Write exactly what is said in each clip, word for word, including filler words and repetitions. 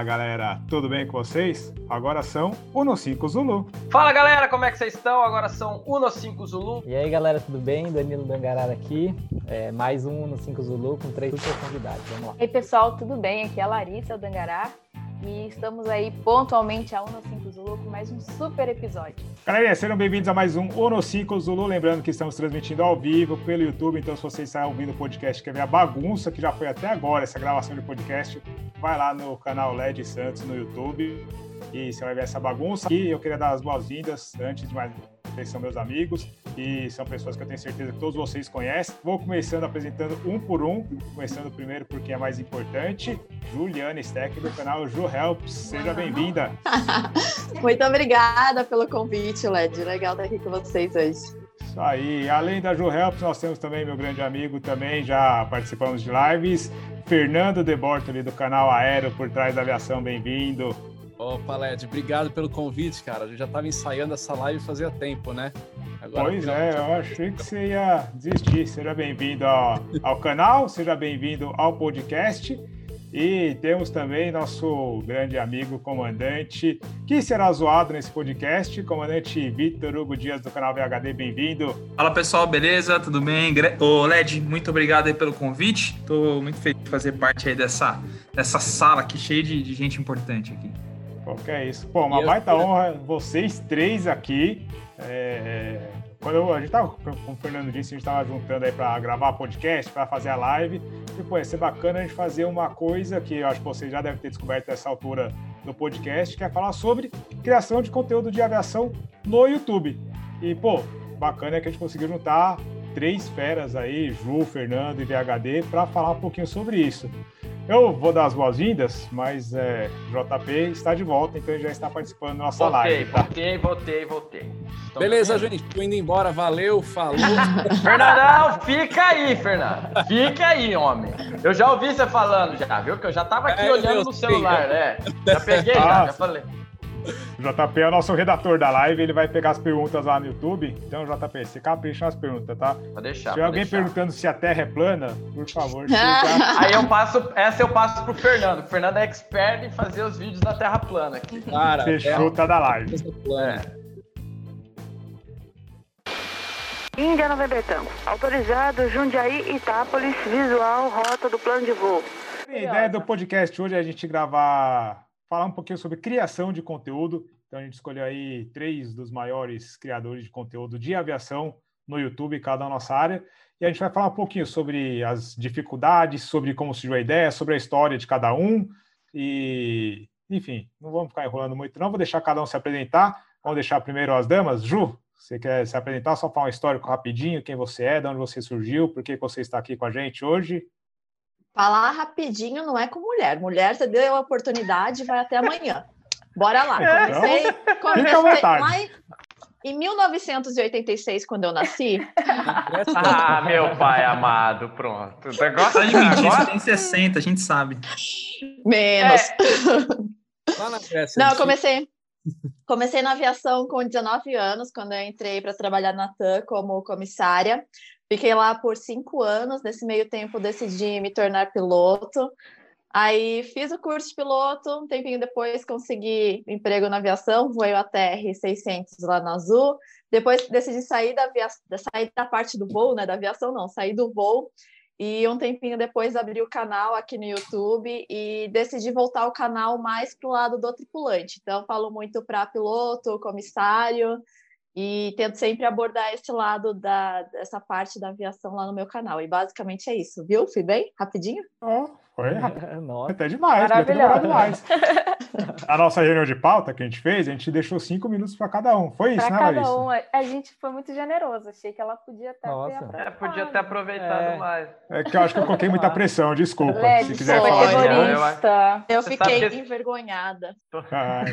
galera, tudo bem com vocês? Agora são Uno cinco Zulu. Fala galera, como é que vocês estão? Agora são Uno cinco Zulu. E aí galera, tudo bem? Danilo Dangarara aqui, é, mais um Uno cinco Zulu com três super convidados, vamos lá. E aí pessoal, tudo bem? Aqui é a Larissa Dangará e estamos aí pontualmente a Uno cinco Zulu com mais um super episódio. Galera, sejam bem-vindos a mais um Uno cinco Zulu, lembrando que estamos transmitindo ao vivo pelo YouTube, então se vocês estão ouvindo o podcast, quer ver a bagunça que já foi até agora essa gravação de podcast, vai lá no canal L E D Santos no YouTube e você vai ver essa bagunça. E eu queria dar as boas-vindas, antes de mais, vocês são meus amigos e são pessoas que eu tenho certeza que todos vocês conhecem. Vou começando apresentando um por um, começando primeiro porque é mais importante, Juliana Steck do canal Ju Helps, seja bem-vinda. Muito obrigada pelo convite, L E D, legal estar aqui com vocês hoje. Isso aí, além da Ju Helps, nós temos também meu grande amigo, também já participamos de lives, Fernando De Bortoli do canal Aero por trás da aviação, bem-vindo. Opa, L E D, obrigado pelo convite, cara. Eu já estava ensaiando essa live fazia tempo, né? Agora, pois é, eu achei que você ia desistir. Seja bem-vindo ao, ao canal, seja bem-vindo ao podcast. E temos também nosso grande amigo, comandante, que será zoado nesse podcast, comandante Vitor Hugo Dias do canal V H D, bem-vindo. Fala pessoal, beleza? Tudo bem? Ô L E D, muito obrigado aí pelo convite. Estou muito feliz de fazer parte aí dessa, dessa sala aqui cheia de, de gente importante aqui. Qual que é isso? Pô, uma baita eu... honra vocês três aqui. É... Quando eu, a gente tava, como o Fernando disse, a gente tava juntando aí para gravar podcast, para fazer a live. E, pô, ia ser bacana a gente fazer uma coisa que eu acho que vocês já devem ter descoberto nessa altura do podcast, que é falar sobre criação de conteúdo de aviação no YouTube. E, pô, bacana é que a gente conseguiu juntar três feras aí, Ju, Fernando e V H D, para falar um pouquinho sobre isso. Eu vou dar as boas-vindas, mas é, J P está de volta, então ele já está participando da nossa voltei, live. Tá? Voltei, voltei, voltei. Estão Beleza, vendo? gente, tô indo embora, valeu, falou. Fernandão, fica aí, Fernando. Fica aí, homem. Eu já ouvi você falando já, viu? Que eu já estava aqui é, olhando no celular, né? Já peguei, já, já falei. O J P é o nosso redator da live, ele vai pegar as perguntas lá no YouTube. Então, J P, você capricha nas perguntas, tá? Pode deixar. Se tiver alguém deixar. perguntando se a Terra é plana, por favor, fica... Aí eu passo, essa eu passo pro Fernando. O Fernando é expert em fazer os vídeos da Terra plana aqui. Cara, fechou, tá da live. É. Índia November Tango. Autorizado Jundiaí, Itápolis, visual, rota do plano de voo. A ideia do podcast hoje é a gente gravar, falar um pouquinho sobre criação de conteúdo. Então a gente escolheu aí três dos maiores criadores de conteúdo de aviação no YouTube, cada na nossa área. E a gente vai falar um pouquinho sobre as dificuldades, sobre como surgiu a ideia, sobre a história de cada um. E, enfim, não vamos ficar enrolando muito não, vou deixar cada um se apresentar. Vamos deixar primeiro as damas. Ju, você quer se apresentar? Só falar um histórico rapidinho, quem você é, de onde você surgiu, por que você está aqui com a gente hoje? Falar rapidinho não é com mulher. Mulher, você deu a oportunidade, vai até amanhã. Bora lá. Comecei, comecei lá em, em mil novecentos e oitenta e seis, quando eu nasci. Ah, meu pai amado, pronto. Agora, mentir, você tem sessenta, a gente sabe. Menos. É. Lá na Grécia, não, eu comecei... Comecei na aviação com dezenove anos, quando eu entrei para trabalhar na T A M como comissária. Fiquei lá por cinco anos, nesse meio tempo decidi me tornar piloto. Aí fiz o curso de piloto, um tempinho depois consegui emprego na aviação, voei o A T R seiscentos lá na Azul. Depois decidi sair da, avia... sair da parte do voo, né, da aviação não, sair do voo. E um tempinho depois abri o canal aqui no YouTube e decidi voltar o canal mais para o lado do tripulante. Então, falo muito para piloto, comissário e tento sempre abordar esse lado da, dessa parte da aviação lá no meu canal. E basicamente é isso, viu? Fui bem? Rapidinho? Oh, foi Nossa. até demais, maravilhoso. demais. A nossa reunião de pauta que a gente fez, a gente deixou cinco minutos para cada um. Foi isso, pra né, cada Larissa? um, a gente foi muito generoso. Achei que ela podia até Nossa. ter aproveitado. É, podia ter aproveitado É. mais. É que eu acho que eu coloquei muita pressão, desculpa. L E D, Se quiser foi falar de novo. terrorista. Eu Você fiquei sabe que- envergonhada. Ai.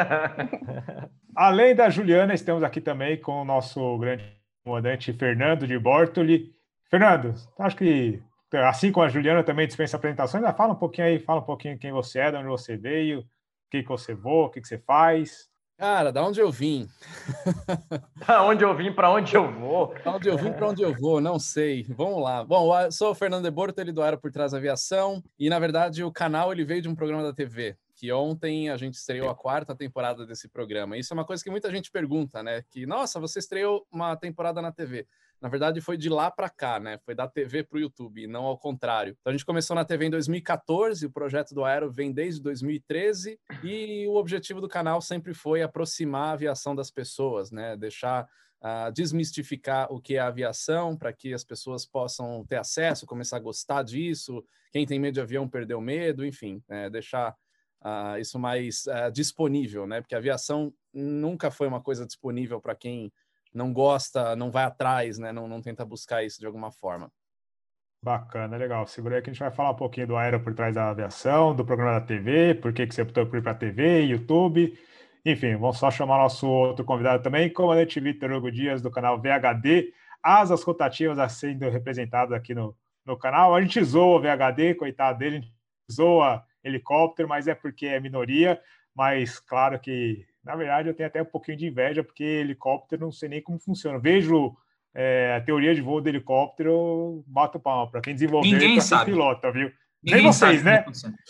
Além da Juliana, estamos aqui também com o nosso grande comandante Fernando de Bortoli. Fernando, acho que assim como a Juliana também dispensa apresentações, já fala um pouquinho aí, fala um pouquinho quem você é, de onde você veio, o que, que você voa, o que, que você faz. Cara, da onde eu vim? Da onde eu vim, para onde eu vou? Da onde eu vim, para onde eu vou, não sei. Vamos lá. Bom, eu sou o Fernando De Bortoli do Aero por Trás da Aviação e, na verdade, o canal ele veio de um programa da T V que ontem a gente estreou a quarta temporada desse programa. Isso é uma coisa que muita gente pergunta, né? Que, nossa, você estreou uma temporada na T V. Na verdade, foi de lá para cá, né? Foi da T V para o YouTube, não ao contrário. Então, a gente começou na T V em dois mil e quatorze, o projeto do Aero vem desde dois mil e treze, e o objetivo do canal sempre foi aproximar a aviação das pessoas, né? Deixar, uh, desmistificar o que é a aviação, para que as pessoas possam ter acesso, começar a gostar disso. Quem tem medo de avião perdeu medo, enfim, né? Deixar uh, isso mais uh, disponível, né? Porque a aviação nunca foi uma coisa disponível para quem não gosta, não vai atrás, né? Não, não tenta buscar isso de alguma forma. Bacana, legal. Segura aí que a gente vai falar um pouquinho do Aero por trás da aviação, do programa da T V, por que, que você optou por ir para a T V, YouTube. Enfim, vamos só chamar nosso outro convidado também, comandante Vitor Hugo Dias, do canal V H D, Asas Rotativas sendo representado aqui no, no canal. A gente zoa o V H D, coitado dele, a gente zoa helicóptero, mas é porque é minoria, mas claro que, na verdade, eu tenho até um pouquinho de inveja, porque helicóptero não sei nem como funciona. Vejo é, a teoria de voo do helicóptero, bato palma para quem desenvolveu e para quem pilota, viu? Ninguém nem vocês, sabe né?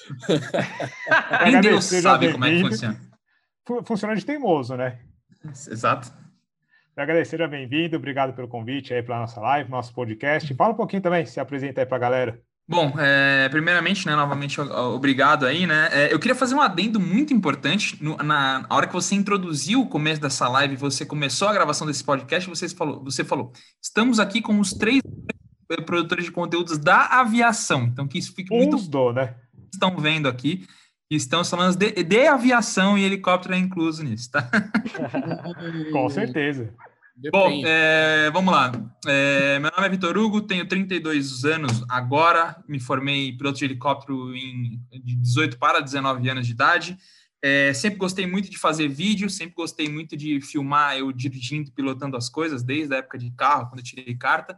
Nem Deus sabe como é que funciona. Funciona de teimoso, né? Exato. Agradecer, seja bem-vindo, obrigado pelo convite aí para a nossa live, nosso podcast. Fala um pouquinho também, se apresenta aí para a galera. Bom, é, primeiramente, né, novamente, obrigado aí, né? É, eu queria fazer um adendo muito importante. No, na, na hora que você introduziu o começo dessa live, você começou a gravação desse podcast, você falou, você falou, estamos aqui com os três produtores de conteúdos da aviação. Então, que isso fique muito... Uns do, né? Estão vendo aqui. Estamos falando de, de aviação e helicóptero é incluso nisso, tá? Com certeza. Bom, é, vamos lá. É, meu nome é Vitor Hugo, tenho trinta e dois anos agora, me formei piloto de helicóptero em, de dezoito para dezenove anos de idade. É, sempre gostei muito de fazer vídeo, sempre gostei muito de filmar eu dirigindo, pilotando as coisas, desde a época de carro, quando eu tirei carta.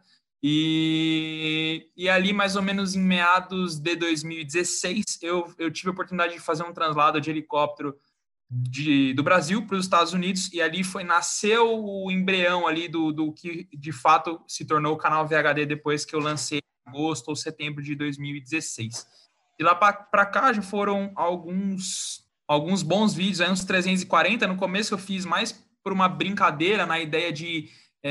E, e ali, mais ou menos em meados de dois mil e dezesseis, eu, eu tive a oportunidade de fazer um translado de helicóptero de, do Brasil para os Estados Unidos, e ali foi, nasceu o embrião ali do, do que de fato se tornou o canal V H D depois que eu lancei em agosto ou setembro de dois mil e dezesseis. E lá para cá já foram alguns, alguns bons vídeos, aí uns trezentos e quarenta. No começo eu fiz mais por uma brincadeira, na ideia de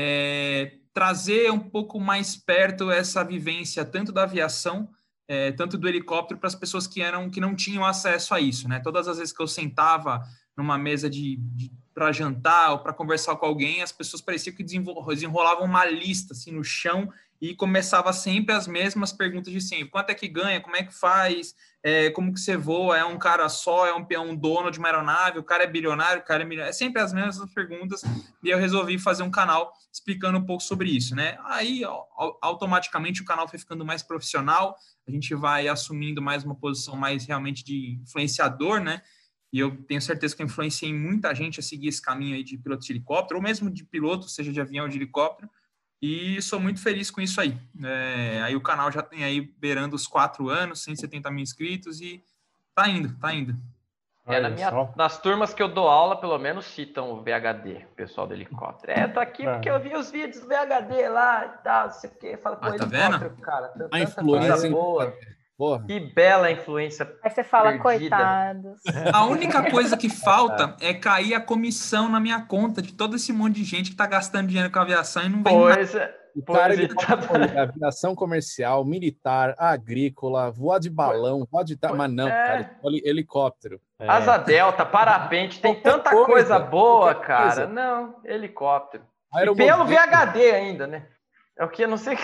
é, trazer um pouco mais perto essa vivência tanto da aviação, É, tanto do helicóptero, para as pessoas que eram que não tinham acesso a isso, né? Todas as vezes que eu sentava numa mesa de, de para jantar ou para conversar com alguém, as pessoas pareciam que desenrolavam uma lista assim no chão e começava sempre as mesmas perguntas de sempre. Quanto é que ganha? Como é que faz? É, como que você voa? É um cara só? É um, é um dono de uma aeronave? O cara é bilionário? O cara é milionário? É sempre as mesmas perguntas. E eu resolvi fazer um canal explicando um pouco sobre isso, né? Aí, automaticamente, o canal foi ficando mais profissional. A gente vai assumindo mais uma posição mais realmente de influenciador, né? E eu tenho certeza que eu influenciei muita gente a seguir esse caminho aí de piloto de helicóptero, ou mesmo de piloto, seja de avião ou de helicóptero. E sou muito feliz com isso aí. É, aí o canal já tem aí beirando os quatro anos, cento e setenta mil inscritos e tá indo, tá indo. É, na minha, nas turmas que eu dou aula, pelo menos citam o V H D, o pessoal do helicóptero. É, eu tô aqui é. porque eu vi os vídeos do V H D lá e tal, não sei o quê. Fala, pô, ah, tá helicóptero, vendo? Cara, tanta a influência boa. Porra. Que bela influência. Aí você fala, perdida. Coitados. A única coisa que falta é cair a comissão na minha conta de todo esse monte de gente que tá gastando dinheiro com a aviação e não vem pois nada. É. O cara ele tá... aviação comercial, militar, agrícola, voar de balão, voar de... Mas não, é. cara, helicóptero. É. Asa delta, parapente, tem tanta coisa, coisa boa, cara. Coisa. Não, helicóptero. E pelo V H D ainda, né? É o que eu não sei...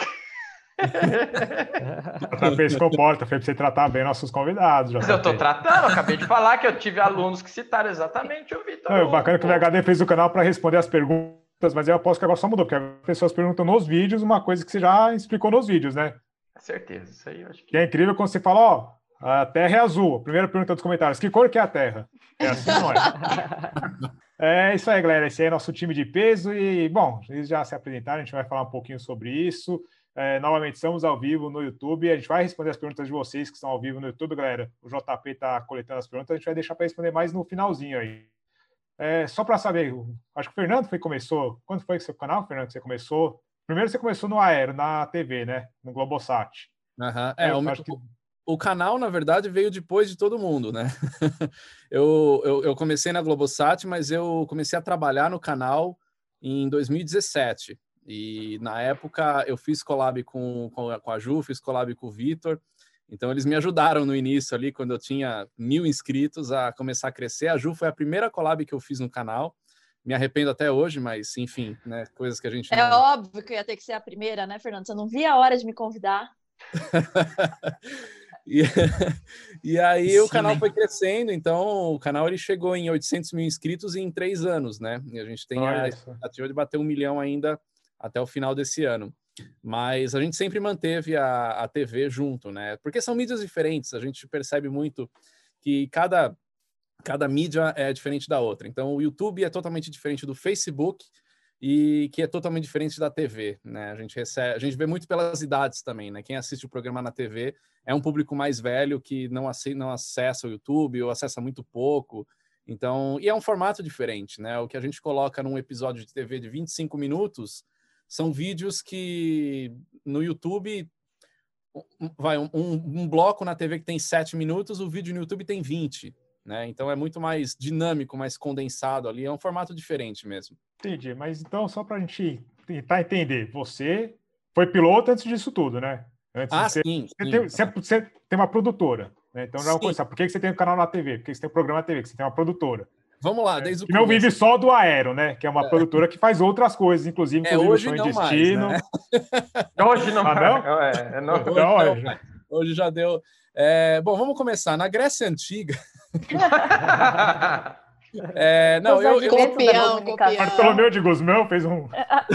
J P se comporta, foi pra você tratar bem nossos convidados. Mas eu tô tratando, eu acabei de falar que eu tive alunos que citaram exatamente o Vitor. Não, o bacana é que o V H D fez o canal para responder as perguntas, mas eu aposto que agora só mudou, porque as pessoas perguntam nos vídeos uma coisa que você já explicou nos vídeos, né? Com certeza, isso aí eu acho que... que é incrível quando você fala, ó, a Terra é azul. Primeira pergunta dos comentários, que cor que é a Terra? É assim, não é? É isso aí, galera, esse aí é nosso time de peso e, bom, eles já se apresentaram, a gente vai falar um pouquinho sobre isso. É, novamente, estamos ao vivo no YouTube. A gente vai responder as perguntas de vocês que estão ao vivo no YouTube, galera. O J P está coletando as perguntas. A gente vai deixar para responder mais no finalzinho aí. É, só para saber, acho que o Fernando foi começou. Quando foi que seu canal, Fernando, que você começou? Primeiro você começou no Aero, na T V, né? No Globosat. Uhum. É, eu o, acho que... o canal, na verdade, veio depois de todo mundo, né? eu, eu, eu comecei na Globosat, mas eu comecei a trabalhar no canal em dois mil e dezessete. E, na época, eu fiz collab com, com, a, com a Ju, fiz collab com o Vitor. Então, eles me ajudaram no início ali, quando eu tinha mil inscritos, a começar a crescer. A Ju foi a primeira collab que eu fiz no canal. Me arrependo até hoje, mas, enfim, né? Coisas que a gente... É não... óbvio que eu ia ter que ser a primeira, né, Fernando? Você não via a hora de me convidar. e, e aí Sim, o canal né? foi crescendo, então o canal ele chegou em oitocentos mil inscritos em três anos, né? E a gente tem Olha a expectativa de bater um milhão ainda até o final desse ano. Mas a gente sempre manteve a, a T V junto, né? Porque são mídias diferentes, a gente percebe muito que cada... Cada mídia é diferente da outra. Então, o YouTube é totalmente diferente do Facebook e que é totalmente diferente da T V, né? A gente recebe, a gente vê muito pelas idades também, né? Quem assiste o programa na T V é um público mais velho que não, ac não acessa o YouTube ou acessa muito pouco. Então, e é um formato diferente, né? O que a gente coloca num episódio de T V de vinte e cinco minutos são vídeos que no YouTube vai um, um bloco na T V que tem sete minutos, o vídeo no YouTube tem vinte. Né? Então é muito mais dinâmico, mais condensado ali, é um formato diferente mesmo. Entendi, mas então só para a gente tentar entender, você foi piloto antes disso tudo, né? Antes ah, você, sim. Você, sim. Tem, você, você tem uma produtora, né? Então já vou começar. Por que você tem um canal na T V? Por que você tem um programa na T V? Porque você tem uma produtora. Vamos lá, desde o que não vive só do Aero, né? Que é uma é. produtora que faz outras coisas, inclusive, é, inclusive hoje o Sonho não Destino. Mais, né? Hoje não ah, não? É, não. Hoje, não, hoje, não hoje já deu. É, bom, vamos começar. Na Grécia Antiga. é, não, eu, eu, copião, copião. Bartolomeu de Guzmão fez um.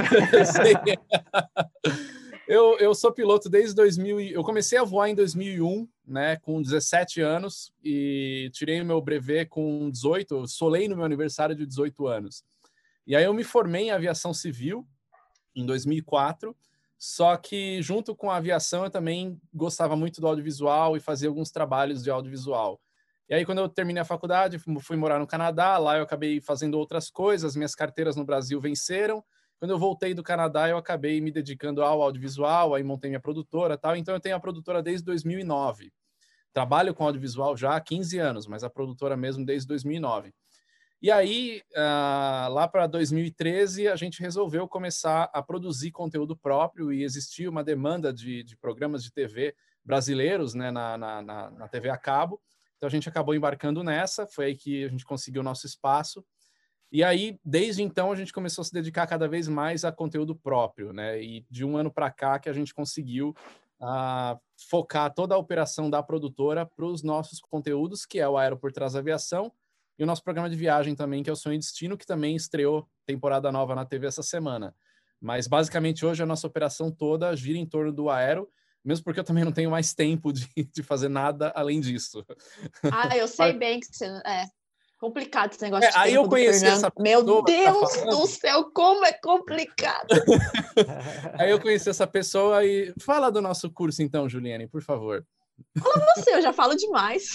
eu, eu sou piloto desde dois mil. Eu comecei a voar em dois mil e um, né, com dezessete anos, e tirei o meu brevet com dezoito. Eu solei no meu aniversário de dezoito anos. E aí eu me formei em aviação civil em dois mil e quatro. Só que, junto com a aviação, eu também gostava muito do audiovisual e fazia alguns trabalhos de audiovisual. E aí, quando eu terminei a faculdade, fui morar no Canadá. Lá eu acabei fazendo outras coisas. Minhas carteiras no Brasil venceram. Quando eu voltei do Canadá, eu acabei me dedicando ao audiovisual. Aí montei minha produtora e tal. Então, eu tenho a produtora desde dois mil e nove. Trabalho com audiovisual já há quinze anos, mas a produtora mesmo desde dois mil e nove. E aí, uh, lá para dois mil e treze, a gente resolveu começar a produzir conteúdo próprio e existia uma demanda de, de programas de T V brasileiros, né, na, na, na, na T V a cabo. Então, a gente acabou embarcando nessa, foi aí que a gente conseguiu o nosso espaço. E aí, desde então, a gente começou a se dedicar cada vez mais a conteúdo próprio, né? E de um ano para cá que a gente conseguiu uh, focar toda a operação da produtora para os nossos conteúdos, que é o Aero por Trás da Aviação, e o nosso programa de viagem também, que é o Sonho Destino, que também estreou temporada nova na T V essa semana. Mas, basicamente, hoje a nossa operação toda gira em torno do Aero, mesmo porque eu também não tenho mais tempo de, de fazer nada além disso. Ah, eu sei Mas... bem que você... É complicado esse negócio é, de aí tempo eu conheci essa pessoa, Meu Deus tá do céu, como é complicado! Aí eu conheci essa pessoa e... Fala do nosso curso, então, Juliane, por favor. Fala você, eu já falo demais.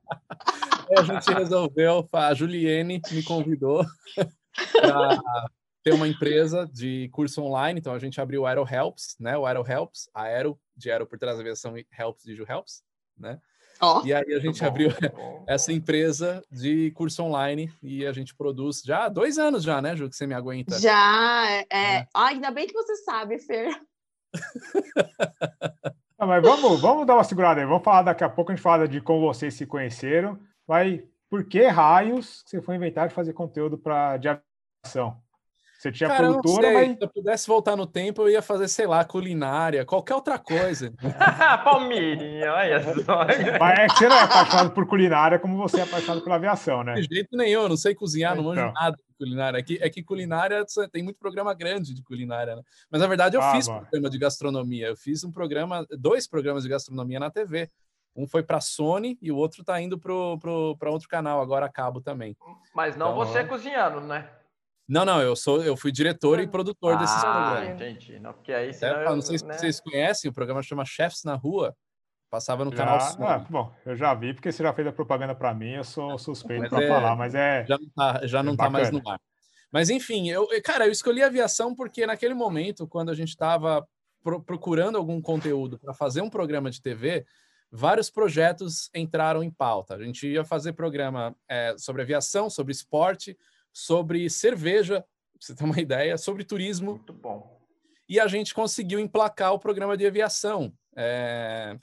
A gente resolveu, a Juliane me convidou para ter uma empresa de curso online, então a gente abriu o Aero Helps, né? O Aero Helps, Aero, de Aero por Trás da Aviação e Helps de Ju Helps, né? Oh, e aí a gente bom, abriu bom. essa empresa de curso online e a gente produz já há dois anos já, né, Ju, que você me aguenta? Já, é. é. Ah, ainda bem que você sabe, Fer. Não, mas vamos, vamos dar uma segurada aí. Vamos falar daqui a pouco, a gente fala de como vocês se conheceram. Mas por que raios você foi inventar de fazer conteúdo pra, de aviação? Você tinha Cara, produtora, mas... Se eu pudesse voltar no tempo, eu ia fazer, sei lá, culinária, qualquer outra coisa. Palmeirinha, olha só. Mas é que você não é apaixonado por culinária como você é apaixonado pela aviação, né? De jeito nenhum, eu não sei cozinhar, então. não manjo nada de culinária. É que, é que culinária, tem muito programa grande de culinária, né? Mas, na verdade, eu ah, fiz um programa de gastronomia. Eu fiz um programa, dois programas de gastronomia na T V. Um foi para a Sony e o outro tá indo para outro canal, agora a cabo também. Mas não então, você cozinhando, né? Não, não, eu sou, eu fui diretor e produtor ah, desses programas. Ah, entendi. Não, porque aí, é, eu, não sei se né? vocês conhecem, o programa chama Chefs na Rua, passava no já, canal Sony. Ah, bom, eu já vi, porque você já fez a propaganda para mim, eu sou suspeito para é, falar, mas é... Já não tá, já não é tá mais no ar. Mas, enfim, eu, cara, eu escolhi a aviação porque naquele momento, quando a gente estava pro, procurando algum conteúdo para fazer um programa de T V, vários projetos entraram em pauta. A gente ia fazer programa é, sobre aviação, sobre esporte, sobre cerveja, pra você ter uma ideia, sobre turismo. Muito bom. E a gente conseguiu emplacar o programa de aviação. É...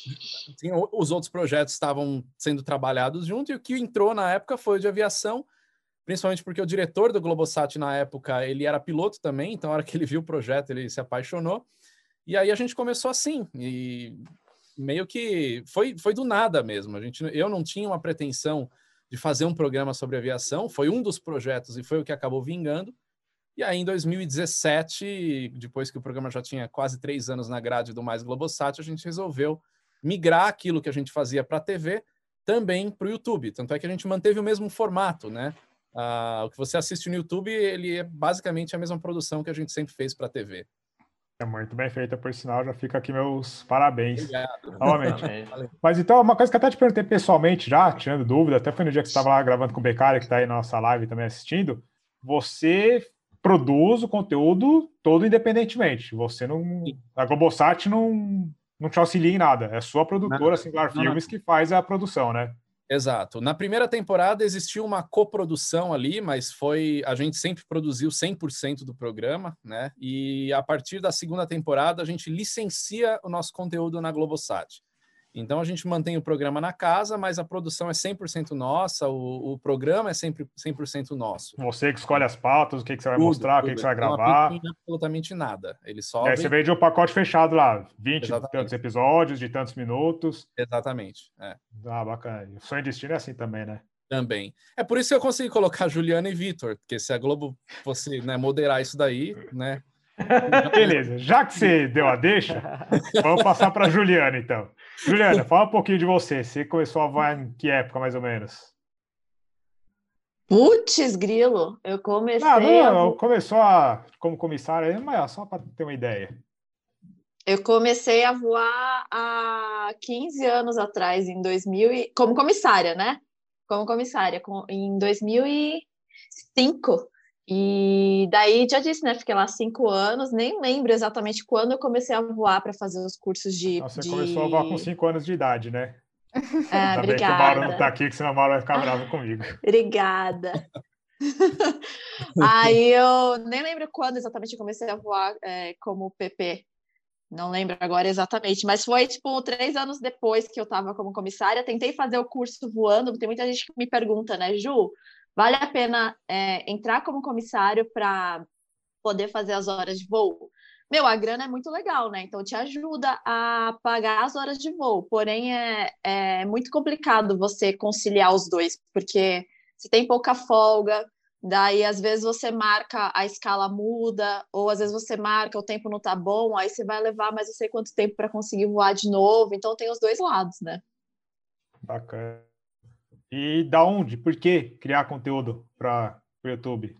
Os outros projetos estavam sendo trabalhados junto, e o que entrou na época foi o de aviação, principalmente porque o diretor do Globosat na época, ele era piloto também, então na hora que ele viu o projeto, ele se apaixonou. E aí a gente começou assim, e meio que foi, foi do nada mesmo. A gente, eu não tinha uma pretensão de fazer um programa sobre aviação, foi um dos projetos e foi o que acabou vingando. E aí, em dois mil e dezessete, depois que o programa já tinha quase três anos na grade do Mais Globosat, a gente resolveu migrar aquilo que a gente fazia para a T V também para o YouTube. Tanto é que a gente manteve o mesmo formato, né? Ah, o que você assiste no YouTube, ele é basicamente a mesma produção que a gente sempre fez para a T V. É muito bem feita, por sinal, já fica aqui meus parabéns. Obrigado. Novamente. Mas então, uma coisa que eu até te perguntei pessoalmente já, tirando dúvida, até foi no dia que você estava lá gravando com o Beccari, que está aí na nossa live também assistindo, você produz o conteúdo todo independentemente. Você não... A Globosat não, não te auxilia em nada. É sua produtora, Singular Filmes, que faz a produção, né? Exato. Na primeira temporada existiu uma coprodução ali, mas foi a gente sempre produziu cem por cento do programa, né? E a partir da segunda temporada a gente licencia o nosso conteúdo na Globosat. Então a gente mantém o programa na casa, mas a produção é cem por cento nossa, o, o programa é sempre cem por cento nosso. Você que escolhe as pautas, o que, que você vai tudo, mostrar, tudo. O que, que você vai gravar. Não absolutamente nada. Ele só e aí vem... você vende o pacote fechado lá, vinte de tantos episódios, de tantos minutos. Exatamente. É. Ah, bacana. O Sonho e Destino é assim também, né? Também. É por isso que eu consegui colocar Juliana e Vitor, porque se a Globo fosse, né, moderar isso daí, né? Beleza, já que você deu a deixa, vamos passar para Juliana, então. Juliana, fala um pouquinho de você. Você começou a voar em que época, mais ou menos? Putz, grilo, eu comecei... Não, não, a... começou a, como comissária, mas só para ter uma ideia. Eu comecei a voar há quinze anos atrás, em dois mil, e... como comissária, né? Como comissária, em dois mil e cinco. E daí, já disse, né? Fiquei lá cinco anos, nem lembro exatamente quando eu comecei a voar para fazer os cursos de... Nossa, você de... começou a voar com cinco anos de idade, né? Ah, Ainda obrigada. bem que o Mauro não tá aqui, que senão o Mauro vai ficar bravo comigo. Obrigada. Aí eu nem lembro quando exatamente eu comecei a voar é, como P P. Não lembro agora exatamente, mas foi tipo três anos depois que eu estava como comissária. Tentei fazer o curso voando. Tem muita gente que me pergunta, né, Ju, vale a pena é, entrar como comissário para poder fazer as horas de voo? Meu, a grana é muito legal, né? Então te ajuda a pagar as horas de voo. Porém, é, é muito complicado você conciliar os dois, porque você tem pouca folga, daí às vezes você marca, a escala muda, ou às vezes você marca, o tempo não tá bom, aí você vai levar mais não sei quanto tempo para conseguir voar de novo. Então tem os dois lados, né? Bacana. E da onde? Por que criar conteúdo para o YouTube?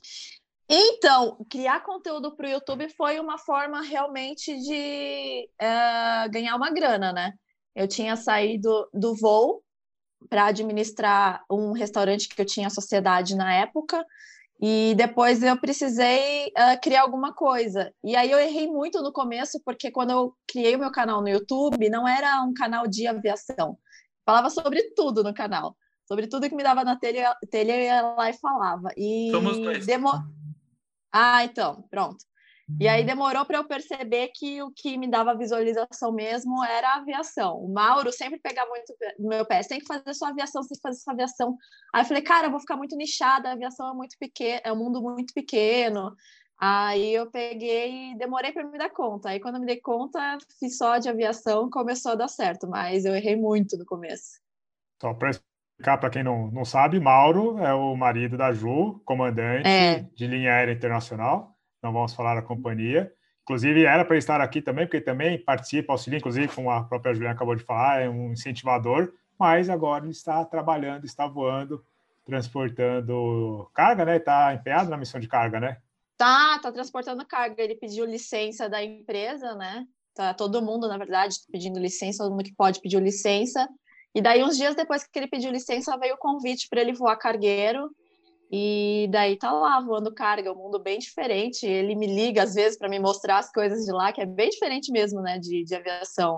Então, criar conteúdo para o YouTube foi uma forma realmente de uh, ganhar uma grana, né? Eu tinha saído do voo para administrar um restaurante que eu tinha sociedade na época, e depois eu precisei uh, criar alguma coisa. E aí eu errei muito no começo, porque quando eu criei o meu canal no YouTube, não era um canal de aviação. Falava sobre tudo no canal. Sobre tudo que me dava na telha, telha eu ia lá e falava. E Somos dois. Demo... Ah, então, pronto. E aí demorou para eu perceber que o que me dava visualização mesmo era a aviação. O Mauro sempre pegava muito no meu pé, você tem que fazer sua aviação, você tem que fazer sua aviação. Aí eu falei, cara, eu vou ficar muito nichada, a aviação é muito pequena, é um mundo muito pequeno. Aí eu peguei e demorei para me dar conta. Aí quando eu me dei conta, fiz só de aviação, começou a dar certo, mas eu errei muito no começo. Só para explicar para quem não, não sabe, Mauro é o marido da Ju, comandante é. de linha aérea internacional. Não vamos falar da companhia. Inclusive, era para estar aqui também, porque também participa, auxilia, inclusive, como a própria Juliana acabou de falar, é um incentivador, mas agora ele está trabalhando, está voando, transportando carga, né? Está empenhado na missão de carga, né? Tá, tá transportando carga. Ele pediu licença da empresa, né? Tá todo mundo, na verdade, pedindo licença, todo mundo que pode pediu licença. E daí, uns dias depois que ele pediu licença, veio o convite para ele voar cargueiro. E daí tá lá, voando carga, um mundo bem diferente. Ele me liga, às vezes, para me mostrar as coisas de lá, que é bem diferente mesmo, né, de, de aviação.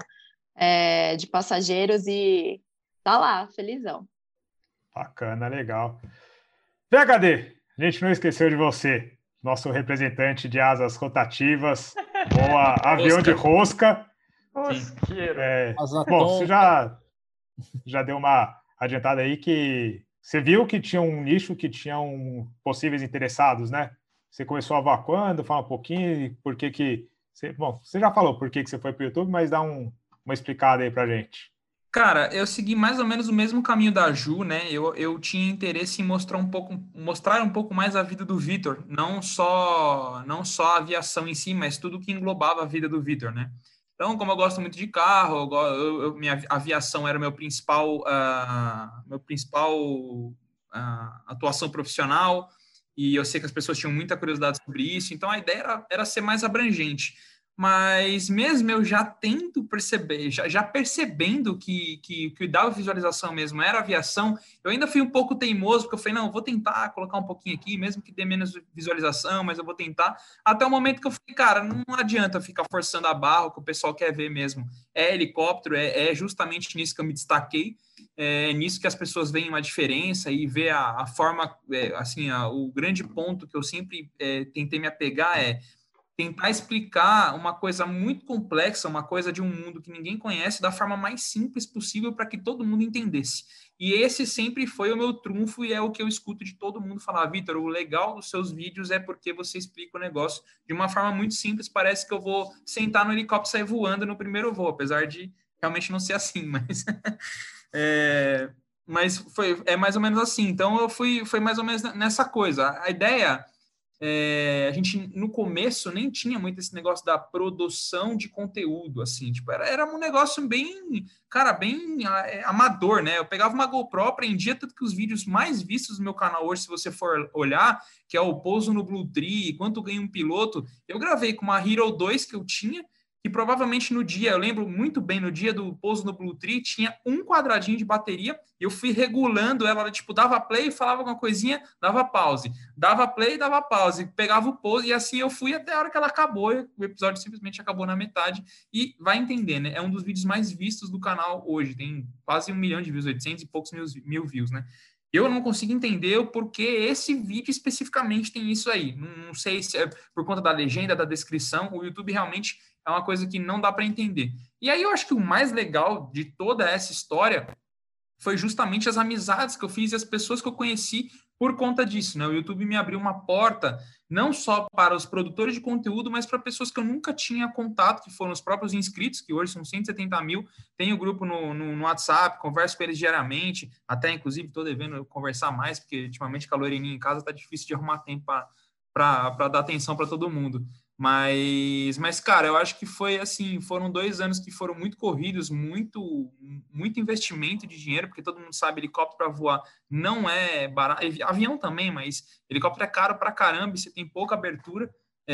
é, de passageiros e tá lá, felizão. Bacana, legal. V H D, a gente não esqueceu de você, nosso representante de asas rotativas, voa avião de rosca. Rosqueiro. É, bom, você já, já deu uma adiantada aí que você viu que tinha um nicho que tinham possíveis interessados, né? Você começou a voar quando? Fala um pouquinho por que que... Você, bom, você já falou por que que você foi para o YouTube, mas dá um, uma explicada aí pra gente. Cara, eu segui mais ou menos o mesmo caminho da Ju, né? Eu, eu tinha interesse em mostrar um pouco, mostrar um pouco mais a vida do Vitor, não só, não só a aviação em si, mas tudo que englobava a vida do Vitor, né? Então, como eu gosto muito de carro, eu, eu, eu, minha aviação era o meu principal, uh, meu principal uh, atuação profissional, e eu sei que as pessoas tinham muita curiosidade sobre isso, então a ideia era, era ser mais abrangente. Mas mesmo eu já tento perceber, já, já percebendo que, que, que o da visualização mesmo era aviação, eu ainda fui um pouco teimoso, porque eu falei, não, vou tentar colocar um pouquinho aqui, mesmo que dê menos visualização, mas eu vou tentar. Até o momento que eu falei, cara, não adianta ficar forçando a barra, o que o pessoal quer ver mesmo. É helicóptero, é, é justamente nisso que eu me destaquei, é nisso que as pessoas veem uma diferença e vê a, a forma, é, assim, a, o grande ponto que eu sempre é, tentei me apegar é tentar explicar uma coisa muito complexa, uma coisa de um mundo que ninguém conhece, da forma mais simples possível para que todo mundo entendesse. E esse sempre foi o meu trunfo e é o que eu escuto de todo mundo falar, Vitor, o legal dos seus vídeos é porque você explica o negócio de uma forma muito simples, parece que eu vou sentar no helicóptero e sair voando no primeiro voo, apesar de realmente não ser assim, mas... é, mas foi, é mais ou menos assim. Então, eu fui, foi mais ou menos nessa coisa. A ideia... É, a gente no começo nem tinha muito esse negócio da produção de conteúdo, assim, tipo, era, era um negócio bem, cara, bem é, amador, né? Eu pegava uma GoPro, prendia, tanto que os vídeos mais vistos do meu canal hoje, se você for olhar, que é o pouso no Blue Tree, quanto ganha um piloto, eu gravei com uma Hero dois que eu tinha, que provavelmente no dia, eu lembro muito bem, no dia do pouso no Blue Tree, tinha um quadradinho de bateria, eu fui regulando ela, ela tipo, dava play, falava alguma coisinha, dava pause, dava play, dava pause, pegava o pouso, e assim eu fui até a hora que ela acabou, e o episódio simplesmente acabou na metade, e vai entender, né? É um dos vídeos mais vistos do canal hoje, tem quase um milhão de views, oitocentos e poucos mil, mil views, né? Eu não consigo entender o porquê esse vídeo especificamente tem isso aí. Não, não sei se é por conta da legenda, da descrição, o YouTube realmente é uma coisa que não dá para entender. E aí eu acho que o mais legal de toda essa história foi justamente as amizades que eu fiz e as pessoas que eu conheci por conta disso, né? O YouTube me abriu uma porta não só para os produtores de conteúdo, mas para pessoas que eu nunca tinha contato, que foram os próprios inscritos, que hoje são cento e setenta mil. Tenho grupo no, no, no WhatsApp, converso com eles diariamente, até inclusive estou devendo conversar mais, porque ultimamente com a Loreninha em casa está difícil de arrumar tempo para dar atenção para todo mundo. Mas, mas, cara, eu acho que foi assim, foram dois anos que foram muito corridos, muito, muito investimento de dinheiro, porque todo mundo sabe, helicóptero para voar não é barato, avião também, mas helicóptero é caro pra caramba, e você tem pouca abertura,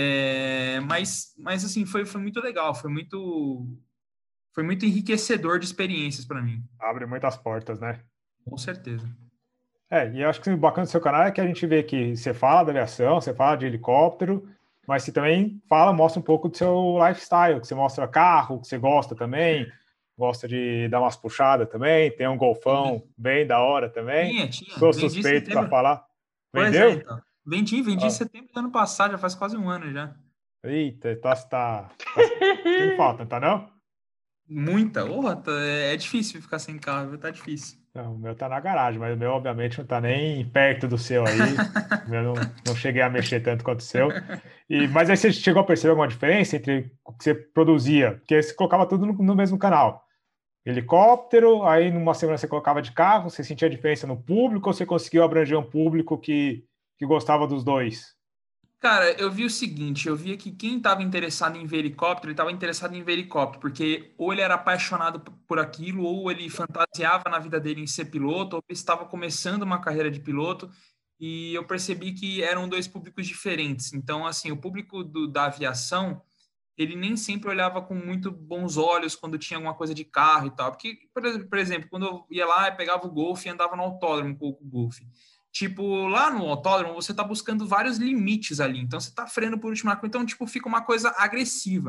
é, mas, mas assim, foi, foi muito legal, foi muito, foi muito enriquecedor de experiências para mim. Abre muitas portas, né? Com certeza. É, e eu acho que o bacana do seu canal é que a gente vê que você fala da aviação, você fala de helicóptero, mas você também fala, mostra um pouco do seu lifestyle, que você mostra carro, que você gosta também, gosta de dar umas puxadas também, tem um golfão Sim. bem da hora também. Tinha, tinha. Sou suspeito para falar. Vendeu? Pois é, então. Vendi, vendi em ah. setembro do ano passado, já faz quase um ano já. Eita, tá, tá, tá tem falta, não tá não? Muita. Oh, tá, é difícil ficar sem carro, tá difícil. Não, o meu tá na garagem, mas o meu, obviamente, não tá nem perto do seu aí. O meu não, não cheguei a mexer tanto quanto o seu. E, mas aí você chegou a perceber alguma diferença entre o que você produzia? Porque você colocava tudo no, no mesmo canal. Helicóptero, aí numa semana você colocava de carro, você sentia a diferença no público ou você conseguiu abranger um público que, que gostava dos dois? Cara, eu vi o seguinte, eu via que quem estava interessado em ver helicóptero, ele estava interessado em ver helicóptero, porque ou ele era apaixonado por aquilo, ou ele fantasiava na vida dele em ser piloto, ou estava começando uma carreira de piloto, e eu percebi que eram dois públicos diferentes. Então, assim, o público do, da aviação, ele nem sempre olhava com muito bons olhos quando tinha alguma coisa de carro e tal, porque, por exemplo, quando eu ia lá, eu pegava o Golf e andava no autódromo com o Golf. Tipo, lá no autódromo, você tá buscando vários limites ali. Então, você tá freando por última coisa. Então, tipo, fica uma coisa agressiva.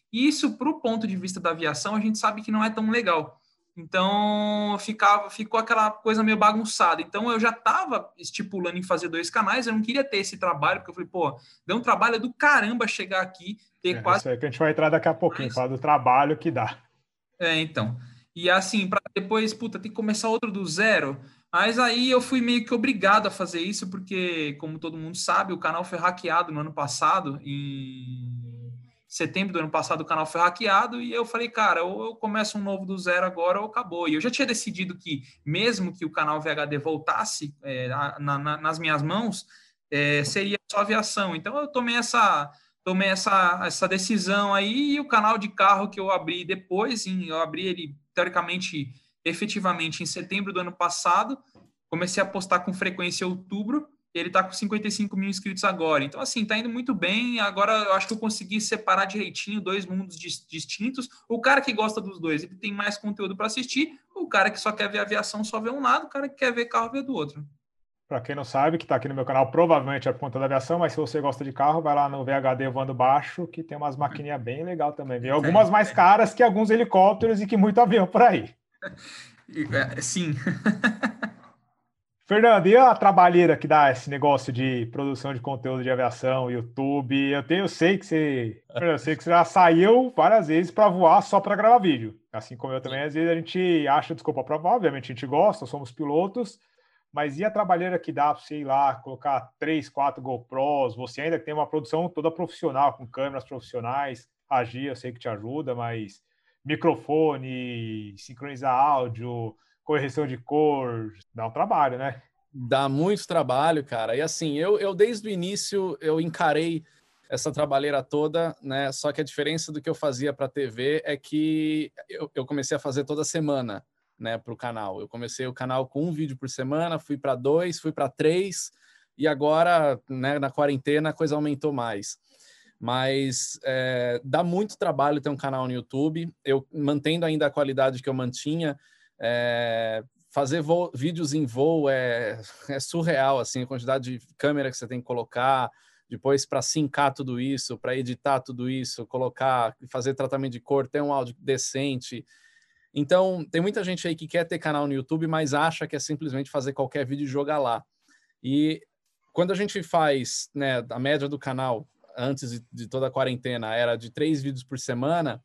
E isso, para o ponto de vista da aviação, a gente sabe que não é tão legal. Então, ficava, ficou aquela coisa meio bagunçada. Então, eu já estava estipulando em fazer dois canais, eu não queria ter esse trabalho, porque eu falei, pô, deu um trabalho do caramba chegar aqui, ter é, quase... Isso aí que a gente vai entrar daqui a pouquinho, Mas... falar do trabalho que dá. É, então. E assim, para depois, puta, ter que começar outro do zero. Mas aí eu fui meio que obrigado a fazer isso, porque, como todo mundo sabe, o canal foi hackeado no ano passado, em setembro do ano passado o canal foi hackeado, e eu falei, cara, ou eu começo um novo do zero agora ou acabou. E eu já tinha decidido que, mesmo que o canal V H D voltasse é, na, na, nas minhas mãos, é, seria só aviação. Então eu tomei essa... tomei essa, essa decisão aí, e o canal de carro que eu abri depois, em, eu abri ele, teoricamente, efetivamente, em setembro do ano passado, comecei a postar com frequência em outubro, e ele está com cinquenta e cinco mil inscritos agora. Então, assim, tá indo muito bem. Agora, eu acho que eu consegui separar direitinho dois mundos distintos. O cara que gosta dos dois, ele tem mais conteúdo para assistir. O cara que só quer ver aviação só vê um lado, o cara que quer ver carro vê do outro. Para quem não sabe, que está aqui no meu canal, provavelmente é por conta da aviação, mas se você gosta de carro, vai lá no V H D Voando Baixo, que tem umas maquininhas bem legal também. Viu? Algumas mais caras que alguns helicópteros e que muito avião por aí. Sim. Fernando, e a trabalheira que dá esse negócio de produção de conteúdo de aviação, YouTube? Eu, tenho, eu sei que você, eu sei que você já saiu várias vezes para voar só para gravar vídeo. Assim como eu também, às vezes a gente acha desculpa para voar, obviamente a gente gosta, somos pilotos. Mas e a trabalheira que dá para você ir lá, colocar três, quatro GoPros? Você ainda tem uma produção toda profissional, com câmeras profissionais. A Gia, eu sei que te ajuda, mas microfone, sincronizar áudio, correção de cor, dá um trabalho, né? Dá muito trabalho, cara. E assim, eu, eu desde o início, eu encarei essa trabalheira toda, né? Só que a diferença do que eu fazia para a T V é que eu, eu comecei a fazer toda semana, né, para o canal. Eu comecei o canal com um vídeo por semana, fui para dois, fui para três, e agora, né, na quarentena, a coisa aumentou mais. Mas é, dá muito trabalho ter um canal no YouTube. Eu mantendo ainda a qualidade que eu mantinha, é, fazer voo, vídeos em voo é, é surreal, assim, a quantidade de câmera que você tem que colocar, depois para sincar tudo isso, para editar tudo isso, colocar, fazer tratamento de cor, ter um áudio decente. Então, tem muita gente aí que quer ter canal no YouTube, mas acha que é simplesmente fazer qualquer vídeo e jogar lá. E quando a gente faz, né, a média do canal, antes de, de toda a quarentena, era de três vídeos por semana,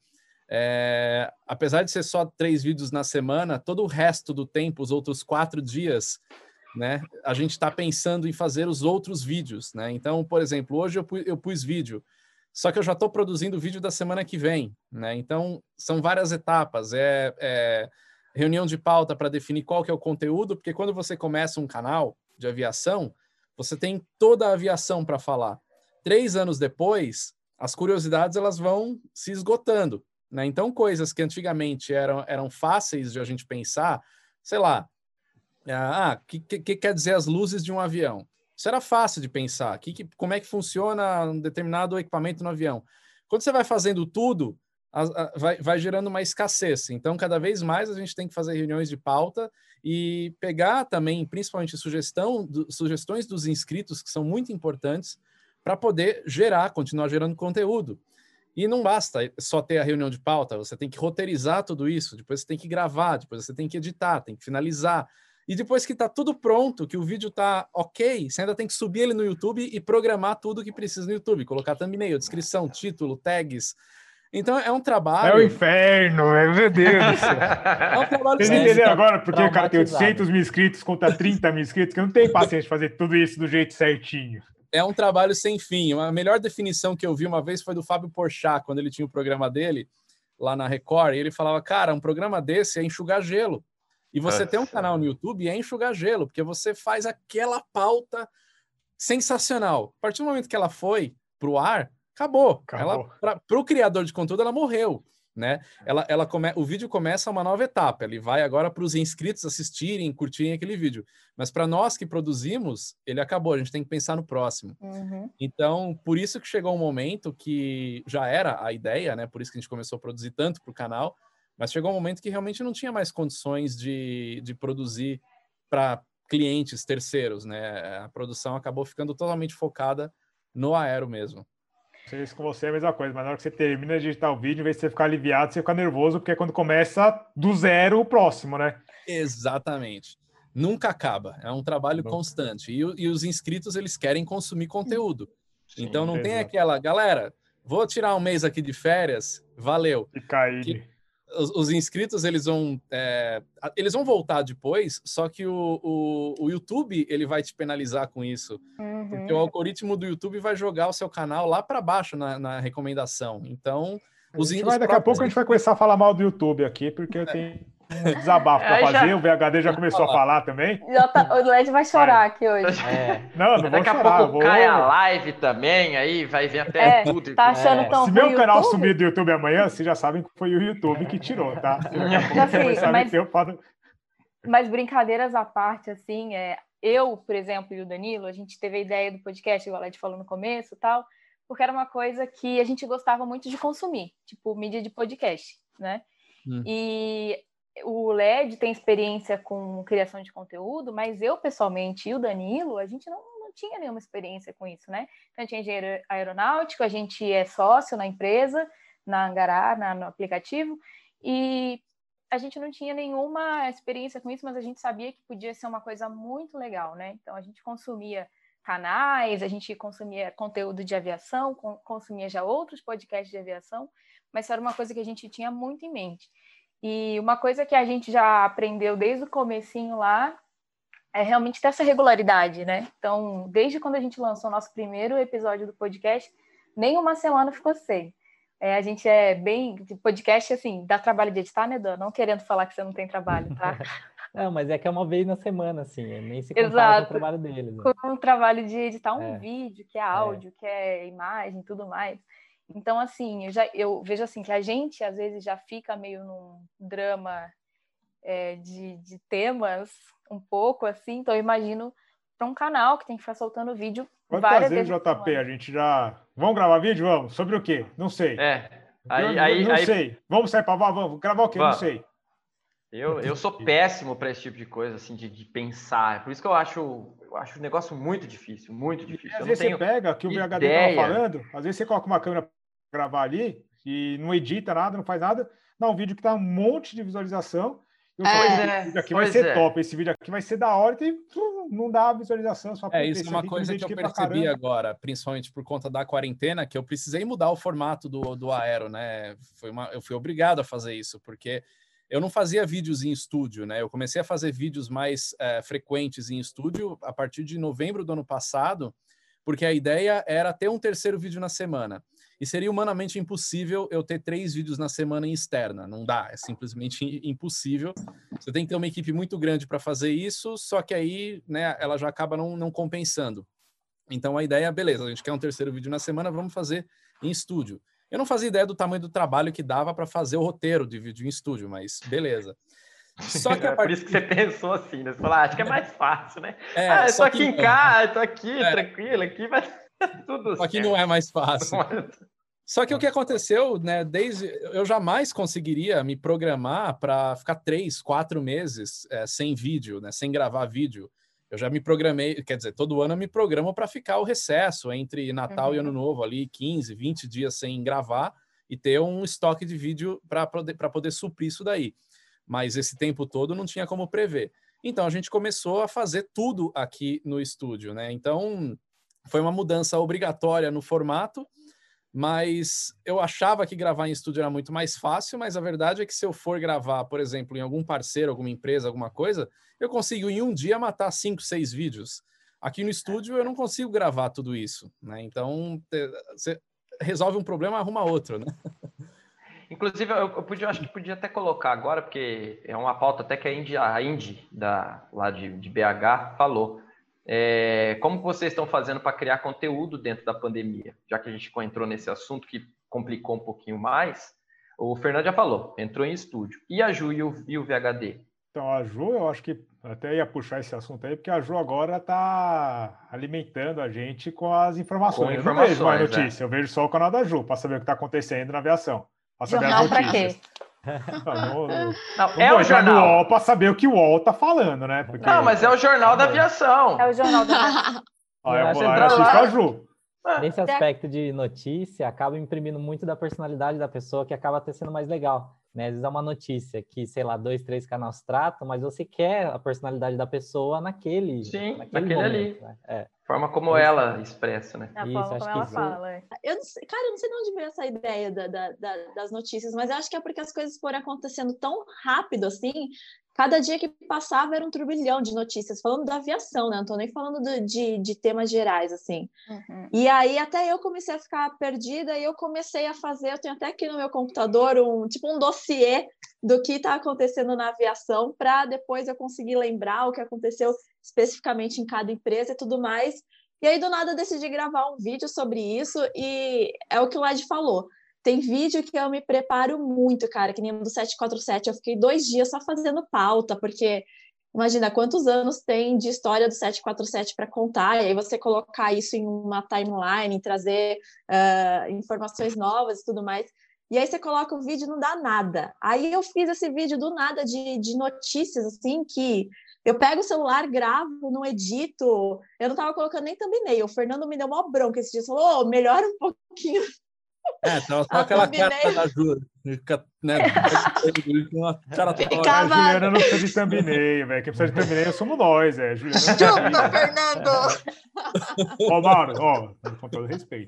é, apesar de ser só três vídeos na semana, todo o resto do tempo, os outros quatro dias, né, a gente está pensando em fazer os outros vídeos, né? Então, por exemplo, hoje eu pus, eu pus vídeo, só que eu já estou produzindo o vídeo da semana que vem, né? Então, são várias etapas. É, é reunião de pauta para definir qual que é o conteúdo, porque quando você começa um canal de aviação, você tem toda a aviação para falar. Três anos depois, as curiosidades elas vão se esgotando, né? Então, coisas que antigamente eram, eram fáceis de a gente pensar, sei lá, ah, o que, que, que quer dizer as luzes de um avião? Isso era fácil de pensar. Que, que, como é que funciona um determinado equipamento no avião? Quando você vai fazendo tudo, a, a, vai, vai gerando uma escassez. Então, cada vez mais a gente tem que fazer reuniões de pauta e pegar também, principalmente, sugestão, do, sugestões dos inscritos, que são muito importantes, para poder gerar, continuar gerando conteúdo. E não basta só ter a reunião de pauta, você tem que roteirizar tudo isso, depois você tem que gravar, depois você tem que editar, tem que finalizar. E depois que está tudo pronto, que o vídeo está ok, você ainda tem que subir ele no YouTube e programar tudo que precisa no YouTube, colocar thumbnail, descrição, título, tags. Então é um trabalho... É o inferno, meu Deus do céu. É um trabalho... Vocês entenderam agora porque o cara tem oitocentos mil inscritos contra trinta mil inscritos, que eu não tenho paciência de fazer tudo isso do jeito certinho. É um trabalho sem fim. A melhor definição que eu vi uma vez foi do Fábio Porchat, quando ele tinha o programa dele lá na Record, e ele falava, cara, um programa desse é enxugar gelo. E você Nossa. Tem um canal no YouTube é enxugar gelo, porque você faz aquela pauta sensacional. A partir do momento que ela foi para o ar, acabou. acabou. Para o criador de conteúdo, ela morreu. Né? Ela, ela come... O vídeo começa uma nova etapa. Ele vai agora para os inscritos assistirem, curtirem aquele vídeo. Mas para nós que produzimos, ele acabou. A gente tem que pensar no próximo. Uhum. Então, por isso que chegou um momento que já era a ideia, né? Por isso que a gente começou a produzir tanto para o canal. Mas chegou um momento que realmente não tinha mais condições de, de produzir para clientes terceiros, né? A produção acabou ficando totalmente focada no aero mesmo. sei se com você é a mesma coisa, mas na hora que você termina de editar o vídeo, em vez de você ficar aliviado, você fica nervoso, porque é quando começa do zero o próximo, né? Exatamente. Nunca acaba, é um trabalho Não. constante. E, e os inscritos, eles querem consumir conteúdo. Sim, então não exato. Tem aquela, galera, vou tirar um mês aqui de férias, valeu. Fica aí. Que, os, os inscritos, eles vão, é, eles vão voltar depois, só que o, o, o YouTube, ele vai te penalizar com isso. Uhum. Porque o algoritmo do YouTube vai jogar o seu canal lá para baixo na, na recomendação. Então... Os, a vai, daqui a pouco a gente vai começar a falar mal do YouTube aqui, porque eu tenho um desabafo para fazer, já... o V H D já começou a falar também. Tá... O Led vai chorar é. aqui hoje. É. Não, não daqui vou a chorar, pouco vou... cai a live também, aí vai ver até é, tudo. Tá achando é. tão Se meu canal YouTube? sumir do YouTube amanhã, vocês já sabem que foi o YouTube que tirou, tá? Assim, mas... Eu falo... mas brincadeiras à parte, assim, é... eu, por exemplo, e o Danilo, a gente teve a ideia do podcast, igual a Led falou no começo e tal, porque era uma coisa que a gente gostava muito de consumir, tipo mídia de podcast, né? Hum. E o Led tem experiência com criação de conteúdo, mas eu, pessoalmente, e o Danilo, a gente não, não tinha nenhuma experiência com isso, né? Então, a gente é engenheiro aeronáutico, a gente é sócio na empresa, na Angará, na, no aplicativo, e a gente não tinha nenhuma experiência com isso, mas a gente sabia que podia ser uma coisa muito legal, né? Então, a gente consumia canais, a gente consumia conteúdo de aviação, consumia já outros podcasts de aviação, mas era uma coisa que a gente tinha muito em mente. E uma coisa que a gente já aprendeu desde o comecinho lá é realmente ter essa regularidade, né? Então, desde quando a gente lançou o nosso primeiro episódio do podcast, nem uma semana ficou sem. É, a gente é bem... Podcast, assim, dá trabalho de editar, né, Dan? Não querendo falar que você não tem trabalho, tá? Não, mas é que é uma vez na semana, assim, nem se compara com o trabalho deles. Né? Com o trabalho de editar um é. vídeo, que é áudio, é. que é imagem, tudo mais. Então, assim, eu, já, eu vejo assim que a gente, às vezes, já fica meio num drama é, de, de temas, um pouco, assim. Então, eu imagino para um canal que tem que ficar soltando vídeo Quantas várias vezes, vezes. J P, a gente já... Vamos gravar vídeo? Vamos. Sobre o quê? Não sei. É. Aí, eu, aí, não aí... sei. Vamos sair para vamos gravar o quê? Vamos. Não sei. Eu, eu sou péssimo para esse tipo de coisa, assim, de, de pensar. Por isso que eu acho, eu acho o negócio muito difícil, muito difícil. Às eu vezes não você pega que o V H D estava falando, às vezes você coloca uma câmera para gravar ali e não edita nada, não faz nada, dá um vídeo que tá um monte de visualização. Eu falo, esse é, vídeo aqui vai ser é. top, esse vídeo aqui vai ser da hora e não dá visualização. Só é, isso é uma coisa que eu percebi agora, principalmente por conta da quarentena, que eu precisei mudar o formato do, do Aero, né? Foi uma, eu fui obrigado a fazer isso, porque eu não fazia vídeos em estúdio, né? Eu comecei a fazer vídeos mais é, frequentes em estúdio a partir de novembro do ano passado, porque a ideia era ter um terceiro vídeo na semana. E seria humanamente impossível eu ter três vídeos na semana em externa. Não dá, é simplesmente impossível. Você tem que ter uma equipe muito grande para fazer isso, só que aí, né, ela já acaba não, não compensando. Então a ideia é, beleza, a gente quer um terceiro vídeo na semana, vamos fazer em estúdio. Eu não fazia ideia do tamanho do trabalho que dava para fazer o roteiro de vídeo em estúdio, mas beleza. Só que é por isso que você pensou assim, né? Você falou, ah, acho que é mais fácil, né? É, ah, eu tô aqui que... em casa, eu tô aqui, é. tranquilo, aqui vai tudo Só certo. Que não é mais fácil. Só que o que aconteceu, né? Desde eu jamais conseguiria me programar para ficar três, quatro meses é, sem vídeo, né? Sem gravar vídeo. Eu já me programei, quer dizer, todo ano eu me programo para ficar o recesso entre Natal uhum. e Ano Novo, ali quinze, vinte dias sem gravar e ter um estoque de vídeo para poder, para poder suprir isso daí. Mas esse tempo todo não tinha como prever. Então a gente começou a fazer tudo aqui no estúdio, né? Então foi uma mudança obrigatória no formato, mas eu achava que gravar em estúdio era muito mais fácil, mas a verdade é que se eu for gravar, por exemplo, em algum parceiro, alguma empresa, alguma coisa, eu consigo em um dia matar cinco, seis vídeos. Aqui no estúdio eu não consigo gravar tudo isso, né? Então você resolve um problema, arruma outro, né? Inclusive, eu, eu, podia, eu acho que podia até colocar agora, porque é uma pauta até que a Indy, a Indy da, lá de, de B H falou. É, como vocês estão fazendo para criar conteúdo dentro da pandemia? Já que a gente entrou nesse assunto que complicou um pouquinho mais, o Fernando já falou, entrou em estúdio. E a Ju e o, e o V H D? Então, a Ju, eu acho que até ia puxar esse assunto aí, porque a Ju agora está alimentando a gente com as informações. Com informações, eu não vejo mais notícia, é. eu vejo só o canal da Ju, para saber o que está acontecendo na aviação. Jornal para quê? Não, não, não, não é o jornal. No U O L para saber o que o U O L tá falando, né? Porque... Não, mas é o jornal da aviação. É o jornal da aviação. Ah, eu vou lá e assisto a Ju. nesse aspecto de notícia, acaba imprimindo muito da personalidade da pessoa, que acaba até sendo mais legal, né? Às vezes é uma notícia que, sei lá, dois, três canais tratam, mas você quer a personalidade da pessoa naquele, Sim, naquele, naquele momento, ali. Né? É. Forma como É isso. ela expressa, né? A Isso, forma acho como que ela isso- fala. é. Eu não sei, cara, eu não sei de onde veio essa ideia da, da- da- das notícias, mas eu acho que é porque as coisas foram acontecendo tão rápido assim. Cada dia que passava era um turbilhão de notícias, falando da aviação, né? Não tô nem falando do- de, de temas gerais, assim. Uhum. E aí até eu comecei a ficar perdida e eu comecei a fazer, eu tenho até aqui no meu computador um tipo um dossiê do que está acontecendo na aviação, para depois eu conseguir lembrar o que aconteceu especificamente em cada empresa e tudo mais. E aí, do nada, eu decidi gravar um vídeo sobre isso, e é o que o Led falou. Tem vídeo que eu me preparo muito, cara, que nem o do sete quatro sete. Eu fiquei dois dias só fazendo pauta, porque imagina quantos anos tem de história do sete quatro sete para contar, e aí você colocar isso em uma timeline, trazer uh, informações novas e tudo mais. E aí você coloca o vídeo e não dá nada. Aí eu fiz esse vídeo do nada de, de notícias, assim, que eu pego o celular, gravo, não edito. Eu não tava colocando nem thumbnail. O Fernando me deu uma bronca esse dia. Falou, oh, melhora um pouquinho. É, tava só A aquela thumbnail. cara da Ju. Fica, né, uma cara Ficava- A Juliana não precisa de thumbnail, velho. Quem precisa de thumbnail somos nós, é. Juliana não Chupa, precisa. Fernando! Ó, Mauro, ó, com todo respeito.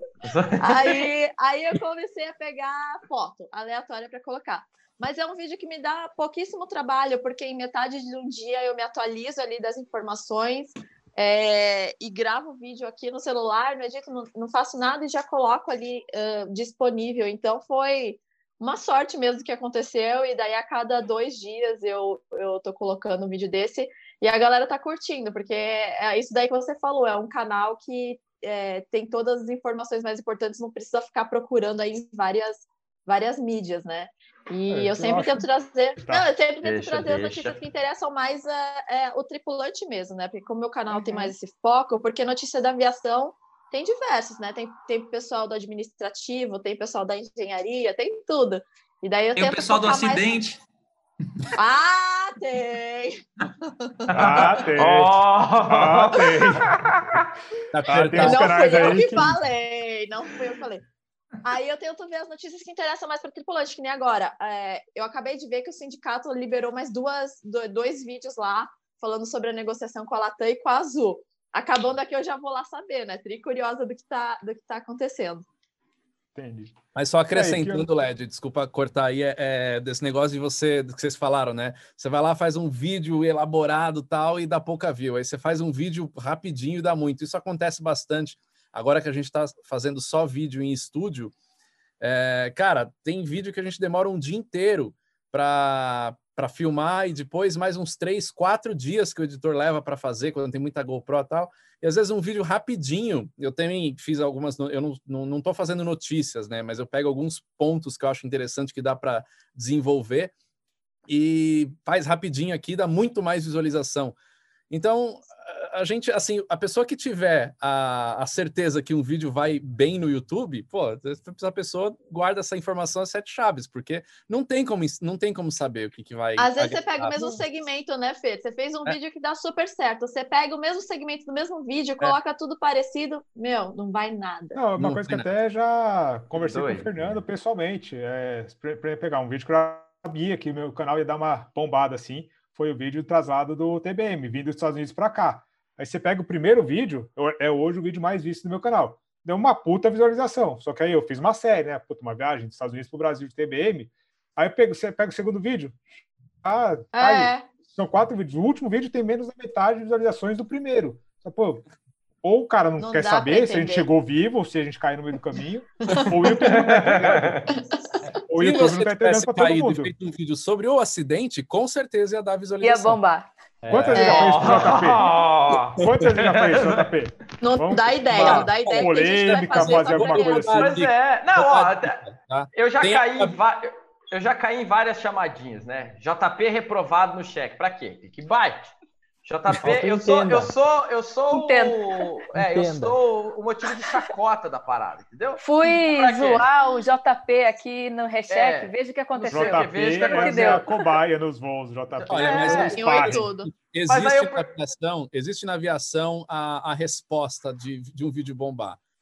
Aí, aí eu comecei a pegar foto aleatória para colocar. Mas é um vídeo que me dá pouquíssimo trabalho, porque em metade de um dia eu me atualizo ali das informações, é, e gravo o vídeo aqui no celular, não edito, não, não faço nada e já coloco ali uh, disponível. Então foi uma sorte mesmo que aconteceu, e daí a cada dois dias eu, eu tô colocando um vídeo desse e a galera tá curtindo, porque é isso daí que você falou, é um canal que é, tem todas as informações mais importantes, não precisa ficar procurando aí em várias, várias mídias, né? E É, eu eu sempre acho- tento trazer. Tá. Não, eu sempre tento Deixa, trazer as deixa. notícias que interessam mais é, é, o tripulante mesmo, né? Porque como meu canal Uhum. tem mais esse foco, porque notícia da aviação tem diversos, né? Tem, tem pessoal do administrativo, tem pessoal da engenharia, tem tudo. E daí eu Tem o tento pessoal do focar mais- acidente. Ah, tem! Ah, tem. Oh! Ah, tem. Tá Ah, tem Tá. uns Não canais fui eu aí que, que- falei, não fui eu que falei. Aí eu tento ver as notícias que interessam mais para tripulante, que nem agora. É, eu acabei de ver que o sindicato liberou mais duas, do- dois vídeos lá, falando sobre a negociação com a Latam e com a Azul. Acabando aqui, eu já vou lá saber, né? Tri curiosa do que tá, do que tá acontecendo. Entendi. Mas só acrescentando, É, que eu- L E D, desculpa cortar aí, é, é, desse negócio de você, do que vocês falaram, né? Você vai lá, faz um vídeo elaborado tal e dá pouca view. Aí você faz um vídeo rapidinho e dá muito. Isso acontece bastante. Agora que a gente está fazendo só vídeo em estúdio, é, cara, tem vídeo que a gente demora um dia inteiro para para filmar e depois mais uns três, quatro dias que o editor leva para fazer, quando tem muita GoPro e tal. E às vezes um vídeo rapidinho, eu também fiz algumas, eu não, não, não tô fazendo notícias, né? Mas eu pego alguns pontos que eu acho interessante que dá para desenvolver e faz rapidinho aqui, dá muito mais visualização. Então, a gente, assim, a pessoa que tiver a, a certeza que um vídeo vai bem no YouTube, pô, a pessoa guarda essa informação a sete chaves, porque não tem como, não tem como saber o que, que vai... Às vezes você agregar. pega o mesmo segmento, né, Fê? Você fez um É. vídeo que dá super certo. Você pega o mesmo segmento do mesmo vídeo, coloca tudo parecido, meu, não vai nada. Não, uma Não coisa que tem até já conversei Doido. com o Fernando pessoalmente. É, pra, pra pegar um vídeo que eu sabia que meu canal ia dar uma bombada assim, foi o vídeo atrasado do T B M, vindo dos Estados Unidos para cá. Aí você pega o primeiro vídeo, é hoje o vídeo mais visto do meu canal. Deu uma puta visualização. Só que aí eu fiz uma série, né? Puta, uma viagem dos Estados Unidos para o Brasil de T B M. Aí eu pego, você pega o segundo vídeo. Ah, tá aí. É, São quatro vídeos. O último vídeo tem menos da metade de visualizações do primeiro. Então, pô, ou o cara não, Não quer dá saber pra se a gente entender. chegou vivo ou se a gente caiu no meio do caminho, ou o YouTube não tá entendendo. Ou o Se YouTube você não tá entendendo tivesse pra todo caído e mundo. feito um vídeo sobre o acidente, com certeza ia dar Ia visualização. bombar. Quantas vezes já foi isso pro J P? Quantas vezes já foi isso, J P? não Vamos dá ideia, não dá ideia que tem gente que vai polêmica, fazer fazer só alguma pra coisa ganhar. assim. Pois é. Não, ó, Tá? eu já Tem caí a- em va- eu já caí em várias chamadinhas, né? J P reprovado no cheque. Pra quê? Que bate. J P, eu sou, eu sou, eu sou, Entenda. o, é, eu Entenda. sou o motivo de chacota da parada, entendeu? Fui Pra quê? zoar o J P aqui no recheque, É. veja o que O aconteceu. J- J P veja o que é deu. a cobaia nos voos, J P. Olha, mas É, Os Em oi pais. tudo. Mas aí Existe eu- na aviação, existe na aviação a, a resposta de, de um vídeo bombar.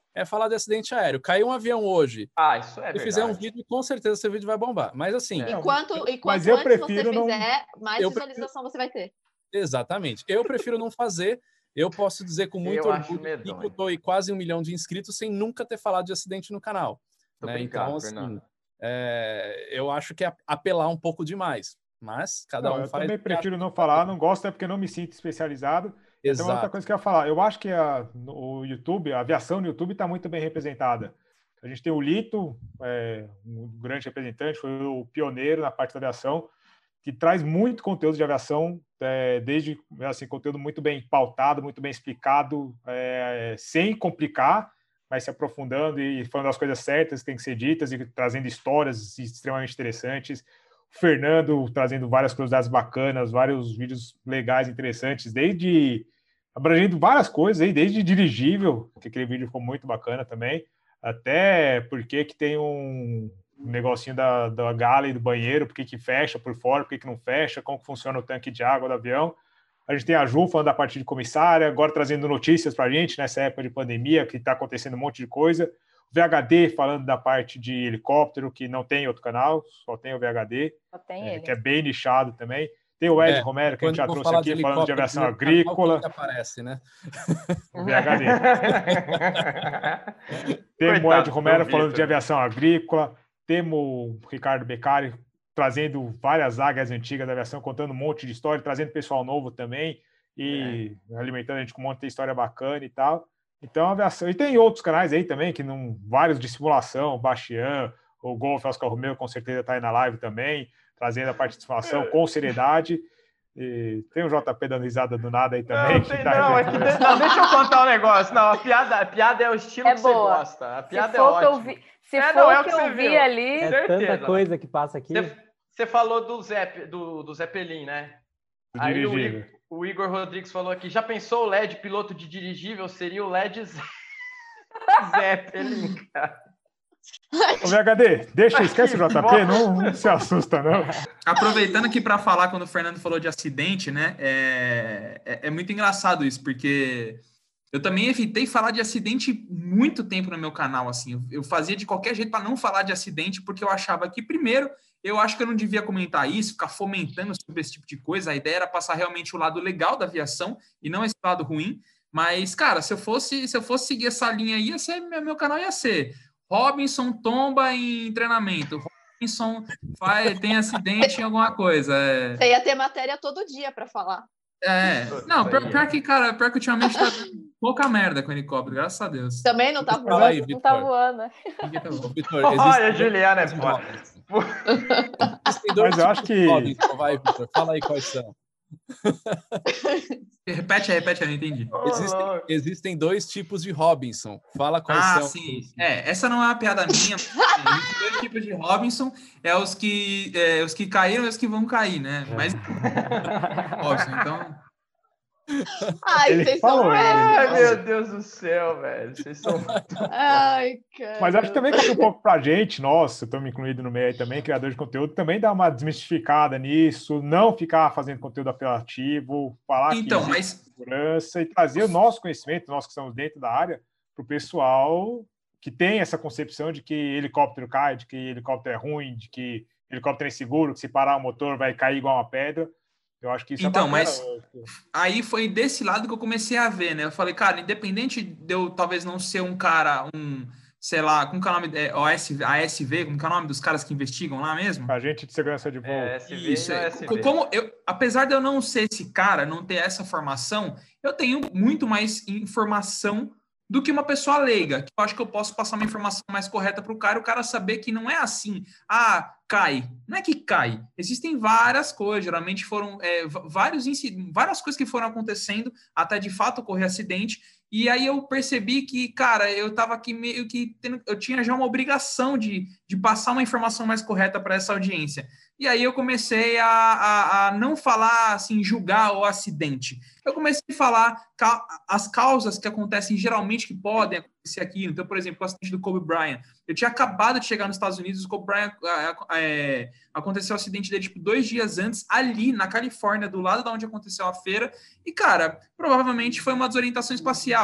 é falar de acidente aéreo. Caiu um avião hoje. Ah, isso é Se verdade. fizer um vídeo, com certeza seu vídeo vai bombar. Mas assim... E quanto, e quanto Mas eu antes você prefiro não- fizer, mais Eu visualização você vai ter. Exatamente. Eu prefiro não fazer. Eu posso dizer com muito Eu acho orgulho que medonho. eu estou em quase um milhão de inscritos sem nunca ter falado de acidente no canal. Muito Né? obrigado, Então, assim, Fernando. é, eu acho que é apelar um pouco demais. Mas cada Não, um eu faz... também o que acha prefiro não que falar, faz. não gosto é porque não me sinto especializado. E tem uma outra Exato. coisa que eu ia falar. Eu acho que a, no- o YouTube, a aviação no YouTube está muito bem representada. A gente tem o Lito, é, um grande representante, foi o pioneiro na parte da aviação, que traz muito conteúdo de aviação, é, desde assim, conteúdo muito bem pautado, muito bem explicado, é, sem complicar, mas se aprofundando e falando as coisas certas que têm que ser ditas e trazendo histórias extremamente interessantes. O Fernando trazendo várias curiosidades bacanas, vários vídeos legais, interessantes, desde abrangendo várias coisas aí, desde dirigível, que aquele vídeo ficou muito bacana também, até porque que tem um negocinho da, da gala e do banheiro, porque que fecha por fora, porque que não fecha, como que funciona o tanque de água do avião. A gente tem a Ju falando da parte de comissária, agora trazendo notícias para a gente nessa época de pandemia, que está acontecendo um monte de coisa. O V H D falando da parte de helicóptero, que não tem outro canal, só tem o V H D, Só tem é, ele. que é bem nichado também. Tem o Ed É, Romero, que a quando gente já eu vou trouxe falar aqui, de falando de helicóptero, aviação primeiro canal, agrícola, quem que aparece, né? o V H D. Temos o Coitado Ed do Romero Vitor, falando de né? aviação agrícola, temos o Ricardo Beccari trazendo várias águias antigas da aviação, contando um monte de história, trazendo pessoal novo também e alimentando a gente com um monte de história bacana e tal. Então, a aviação... E tem outros canais aí também, que não... vários de simulação, o Bastian, o Golf Oscar Romeo, com certeza está aí na live também, trazendo a parte de simulação com seriedade. E tem o J P dando risada do nada aí também. Não, que tem, tá não, é que de- não, deixa eu contar um negócio. Não, a piada, a piada é o estilo É que boa. você gosta. A Se piada é for que eu ótima. vi, se É, for não, é o que que você eu vi viu. ali, É certeza, tanta coisa que passa aqui. Você, você falou do Zé, do, do Zeppelin, né? Do Aí o, dirigível. I- o Igor Rodrigues falou aqui, já pensou o L E D piloto de dirigível? Seria o L E D Zé- Zeppelin, cara. Ô, V H D, deixa, esquece o Que J P, bosta. não, não se assusta, não. Aproveitando aqui para falar, quando o Fernando falou de acidente, né? É, é, é muito engraçado isso, porque eu também evitei falar de acidente muito tempo no meu canal, assim. Eu, eu fazia de qualquer jeito para não falar de acidente, porque eu achava que, primeiro, eu acho que eu não devia comentar isso, ficar fomentando sobre esse tipo de coisa. A ideia era passar realmente o lado legal da aviação e não esse lado ruim. Mas, cara, se eu fosse, se eu fosse seguir essa linha aí, ia ser, meu, meu canal ia ser Robinson tomba em treinamento. Robinson vai, tem acidente em alguma coisa. É, Você ia ter matéria todo dia para falar. é. Não, pior, pior que, cara, pior que ultimamente tá pouca merda com helicóptero, graças a Deus. Também não tá Fala voando. aí, não Vitor. tá voando. né? Ninguém tá bom. Vitor, Olha, existem Juliana é dois foda. Robinson. Existem dois Mas eu tipos acho de que- Robinson. Vai, Vitor, fala aí quais são. Repete aí, repete aí, eu não entendi. Ô, Existem, louco. existem dois tipos de Robinson. Fala quais Ah, são. sim. É, essa não é uma piada minha. Mas existem dois tipos de Robinson. É os que, é, os que caíram e os que vão cair, né? Mas... Robinson, então... Ai, Ele vocês falou, são ele péssimos. Ai, meu Deus do céu, velho. Vocês são... Ai, cara. Mas acho que também cabe um pouco pra gente, nossa, eu tô me incluindo no meio aí também, criador de conteúdo, também dar uma desmistificada nisso, não ficar fazendo conteúdo apelativo, falar Então, que existe mas- segurança e trazer o nosso conhecimento, nós que estamos dentro da área, pro pessoal que tem essa concepção de que helicóptero cai, de que helicóptero é ruim, de que helicóptero é inseguro, que se parar o motor vai cair igual uma pedra. Eu acho que isso Então, é bacana. mas- Aí foi desse lado que eu comecei a ver, né? Eu falei, cara, independente de eu talvez não ser um cara, um, sei lá, como que é o nome? É, A S V, A S V, como que é o nome dos caras que investigam lá mesmo? Agente de segurança de voo. É, S V Isso, e é. O S V. Co- Como eu, apesar de eu não ser esse cara, não ter essa formação, eu tenho muito mais informação do que uma pessoa leiga, que eu acho que eu posso passar uma informação mais correta para o cara, o cara saber que não é assim, ah, cai. Não é que cai. Existem várias coisas, geralmente foram é, v- vários incidentes, várias coisas que foram acontecendo até de fato ocorrer acidente. E aí eu percebi que, cara, eu estava aqui meio que tendo, eu tinha já uma obrigação de, de passar uma informação mais correta para essa audiência. E aí eu comecei a, a, a não falar, assim, julgar o acidente. Eu comecei a falar ca- as causas que acontecem geralmente, que podem acontecer aqui. Então, por exemplo, o acidente do Kobe Bryant. Eu tinha acabado de chegar nos Estados Unidos, o Kobe Bryant, é, aconteceu o acidente dele, tipo, dois dias antes, ali na Califórnia, do lado de onde aconteceu a feira. E, cara, provavelmente foi uma desorientação espacial.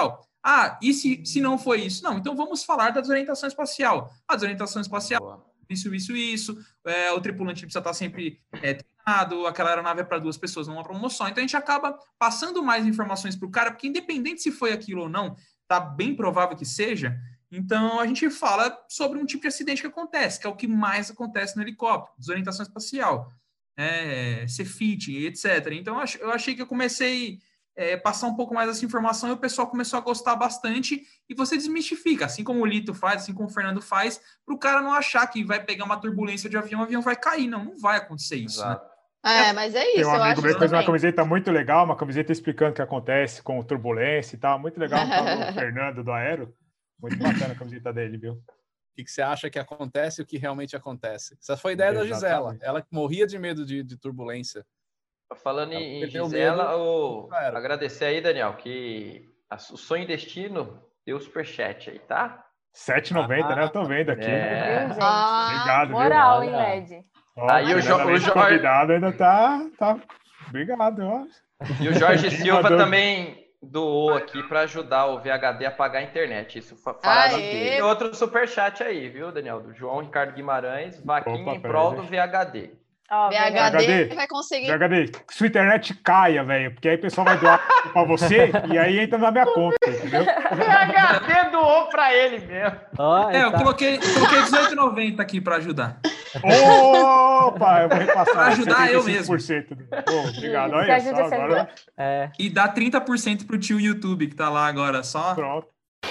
Ah, e se, se não foi isso? Não, então vamos falar da desorientação espacial. A desorientação espacial, Boa. isso, isso, isso. É, o tripulante precisa estar sempre é, treinado, aquela aeronave é para duas pessoas, não é para uma só. Então a gente acaba passando mais informações para o cara, porque independente se foi aquilo ou não, tá bem provável que seja. Então a gente fala sobre um tipo de acidente que acontece, que é o que mais acontece no helicóptero, desorientação espacial, é, cefite, etcétera. Então eu achei que eu comecei É, passar um pouco mais essa informação e o pessoal começou a gostar bastante e você desmistifica, assim como o Lito faz, assim como o Fernando faz, para o cara não achar que vai pegar uma turbulência de avião, o avião vai cair. Não, não vai acontecer isso. Né? É, mas é isso. Tem um eu amigo acho meu que fez também. uma camiseta muito legal, uma camiseta explicando o que acontece com turbulência e tal. Muito legal, o Fernando do Aero. Muito bacana a camiseta dele, viu? O que, que você acha que acontece e o que realmente acontece? Essa foi a ideia Exatamente. da Gisela. Ela que morria de medo de, de turbulência. Falando em Gisela, o... agradecer aí, Daniel, que a, o sonho e destino deu superchat aí, tá? sete e noventa, ah, né? Eu tô vendo aqui. É. Viu, ah, Obrigado, moral, viu? hein, Led? Ó, aí o, jo o Jorge... convidado ainda tá, tá... Obrigado, ó. E o Jorge Silva também doou aqui para ajudar o V H D a pagar a internet. Isso fará dele. E outro superchat aí, viu, Daniel? Do João Ricardo Guimarães, vaquinha em prol do V H D. Oh, V H D, V H D vai conseguir. V H D, que sua internet caia, velho, porque aí o pessoal vai doar pra você e aí entra na minha conta, entendeu? V H D doou pra ele mesmo. Oh, é, eu tá... coloquei, coloquei dezoito e noventa aqui pra ajudar. Opa, eu vou repassar. Pra ajudar eu mesmo. Oh, obrigado, olha só, agora... é. E dá trinta por cento pro tio YouTube, que tá lá agora, só... Pronto.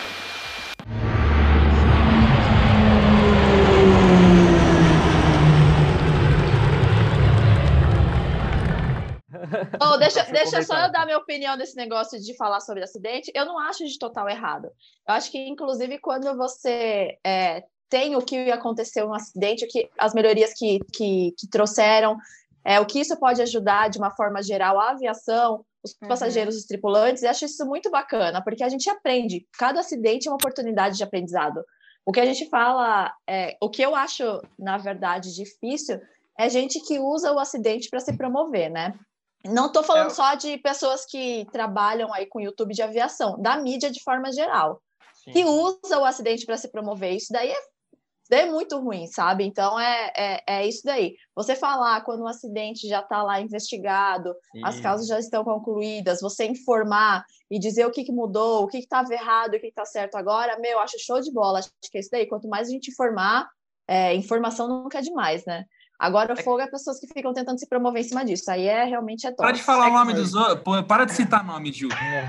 Oh, deixa deixa só eu dar minha opinião nesse negócio de falar sobre acidente. Eu não acho de total errado. Eu acho que, inclusive, quando você é, tem o que aconteceu no acidente, o que, as melhorias que, que, que trouxeram, é, o que isso pode ajudar, de uma forma geral, a aviação, os passageiros, uhum. os tripulantes, eu acho isso muito bacana, porque a gente aprende. Cada acidente é uma oportunidade de aprendizado. O que a gente fala, é, o que eu acho, na verdade, difícil, é gente que usa o acidente para se promover, né? Não estou falando é. só de pessoas que trabalham aí com YouTube de aviação, da mídia de forma geral, Sim. que usa o acidente para se promover. Isso daí, é, isso daí é muito ruim, sabe? Então, é, é, é isso daí. Você falar quando o acidente já está lá investigado, Sim. as causas já estão concluídas, você informar e dizer o que, que mudou, o que estava errado, o que está certo agora, meu, acho show de bola. Acho que é isso daí. Quanto mais a gente informar, é, informação nunca é demais, né? Agora o fogo é pessoas que ficam tentando se promover em cima disso. Aí é realmente é top. Para de falar é o nome que... dos outros. Para de citar nome, Gil.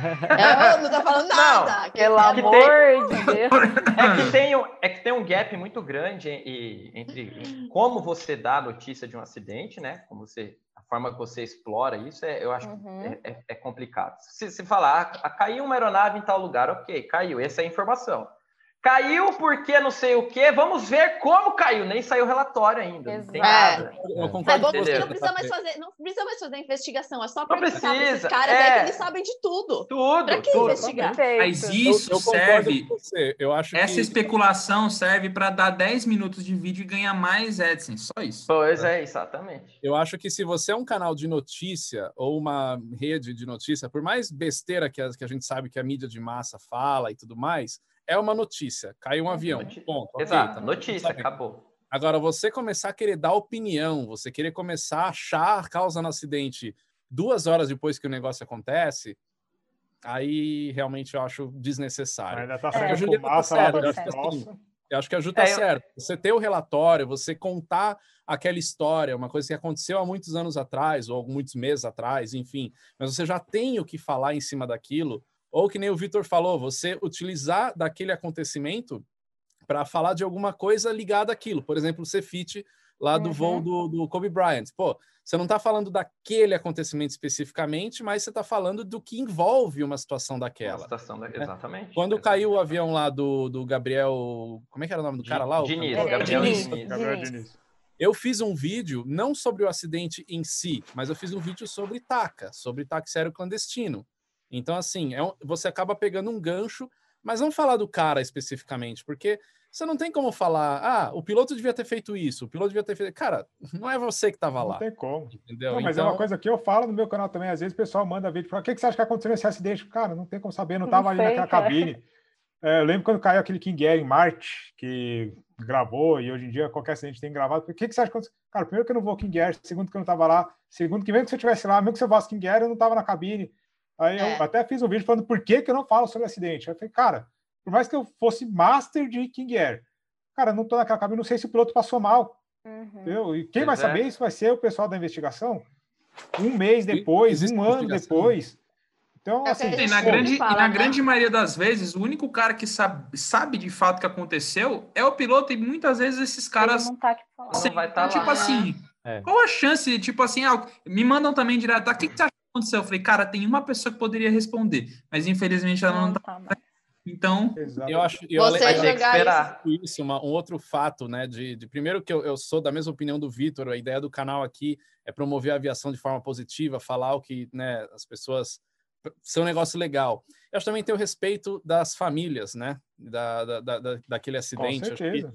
Eu não tô falando nada. Não, pelo amor de Deus. É que, tem um, é que tem um gap muito grande entre como você dá a notícia de um acidente, né? Como você, a forma que você explora isso, é, eu acho uhum. que é, é, é complicado. Se, se falar, ah, caiu uma aeronave em tal lugar, ok, caiu. Essa é a informação. Caiu porque não sei o quê, vamos ver como caiu. Nem saiu o relatório ainda. Exato. Não tem nada. É. Eu concordo com você. Não precisa mais fazer, não precisa mais fazer investigação, é só perguntar para esses caras é. aí que eles sabem de tudo. Tudo. Para que tudo. investigar? Mas isso eu, eu serve. Eu acho essa que... especulação serve para dar dez minutos de vídeo e ganhar mais AdSense. Só isso. Pois é, exatamente. Eu acho que se você é um canal de notícia ou uma rede de notícia, por mais besteira que a, que a gente sabe que a mídia de massa fala e tudo mais, é uma notícia, caiu um avião, Notícia. ponto. Exato, okay, tá, notícia, acabou. Agora, você começar a querer dar opinião, você querer começar a achar a causa no acidente duas horas depois que o negócio acontece, aí realmente eu acho desnecessário. Ainda tá é, a Julia tá certa. Eu acho que, assim, eu acho que a Ju tá é, certo. Você ter o relatório, você contar aquela história, uma coisa que aconteceu há muitos anos atrás, ou muitos meses atrás, enfim, mas você já tem o que falar em cima daquilo. Ou que nem o Vitor falou, você utilizar daquele acontecimento para falar de alguma coisa ligada àquilo. Por exemplo, o cefite lá do uhum. voo do, do Kobe Bryant. Pô, você não está falando daquele acontecimento especificamente, mas você está falando do que envolve uma situação daquela. Uma situação da... né? Exatamente. Quando exatamente. caiu o avião lá do, do Gabriel... Como é que era o nome do cara lá? Diniz. O... Gabriel Diniz. Diniz. Gabriel Diniz. Eu fiz um vídeo, não sobre o acidente em si, mas eu fiz um vídeo sobre TACA, sobre táxi aéreo clandestino. Então, assim, é um, você acaba pegando um gancho, mas não falar do cara especificamente, porque você não tem como falar, ah, o piloto devia ter feito isso, o piloto devia ter feito... Cara, não é você que estava lá. Não tem como. Entendeu? Não, mas então... é uma coisa que eu falo no meu canal também, às vezes o pessoal manda vídeo e fala, o que, que você acha que aconteceu nesse acidente? Cara, não tem como saber, não estava ali sei, naquela cara. cabine. É, eu lembro quando caiu aquele King Air em Marte, que gravou, e hoje em dia qualquer acidente tem gravado. O que, que você acha que aconteceu? Cara, primeiro que eu não vou King Air, segundo que eu não estava lá, segundo que mesmo que você estivesse lá, mesmo que você fosse King Air, eu não estava na cabine. Aí É. eu até fiz um vídeo falando por que, que eu não falo sobre acidente. Aí eu falei, cara, por mais que eu fosse master de King Air, cara, não tô naquela cabine, não sei se o piloto passou mal. Uhum. Entendeu? E quem Pois vai é. saber isso vai ser o pessoal da investigação. Um mês depois, Existe um ano investigação. depois. Então, É o que assim, a E gente na, pô, grande, fala, e na né? grande maioria das vezes, o único cara que sabe, sabe de fato o que aconteceu é o piloto, e muitas vezes esses Ele caras. não tá aqui pra falar. Não vai Então, tá tipo lá. assim, É. qual a chance, tipo assim, ah, me mandam também direto, ah, o que, que você acha que aconteceu? Eu falei, cara, tem uma pessoa que poderia responder, mas infelizmente ela não, Não tá. tá mais. Então, exato. Eu acho... Eu, Você vai eu, ter que jogar esperar. isso, uma, um outro fato, né? De, de primeiro que eu, eu sou da mesma opinião do Vitor, a ideia do canal aqui é promover a aviação de forma positiva, falar o que, né, as pessoas ser um negócio legal. Eu acho também ter o respeito das famílias, né? Da, da, da, daquele Com acidente. Acho que certeza.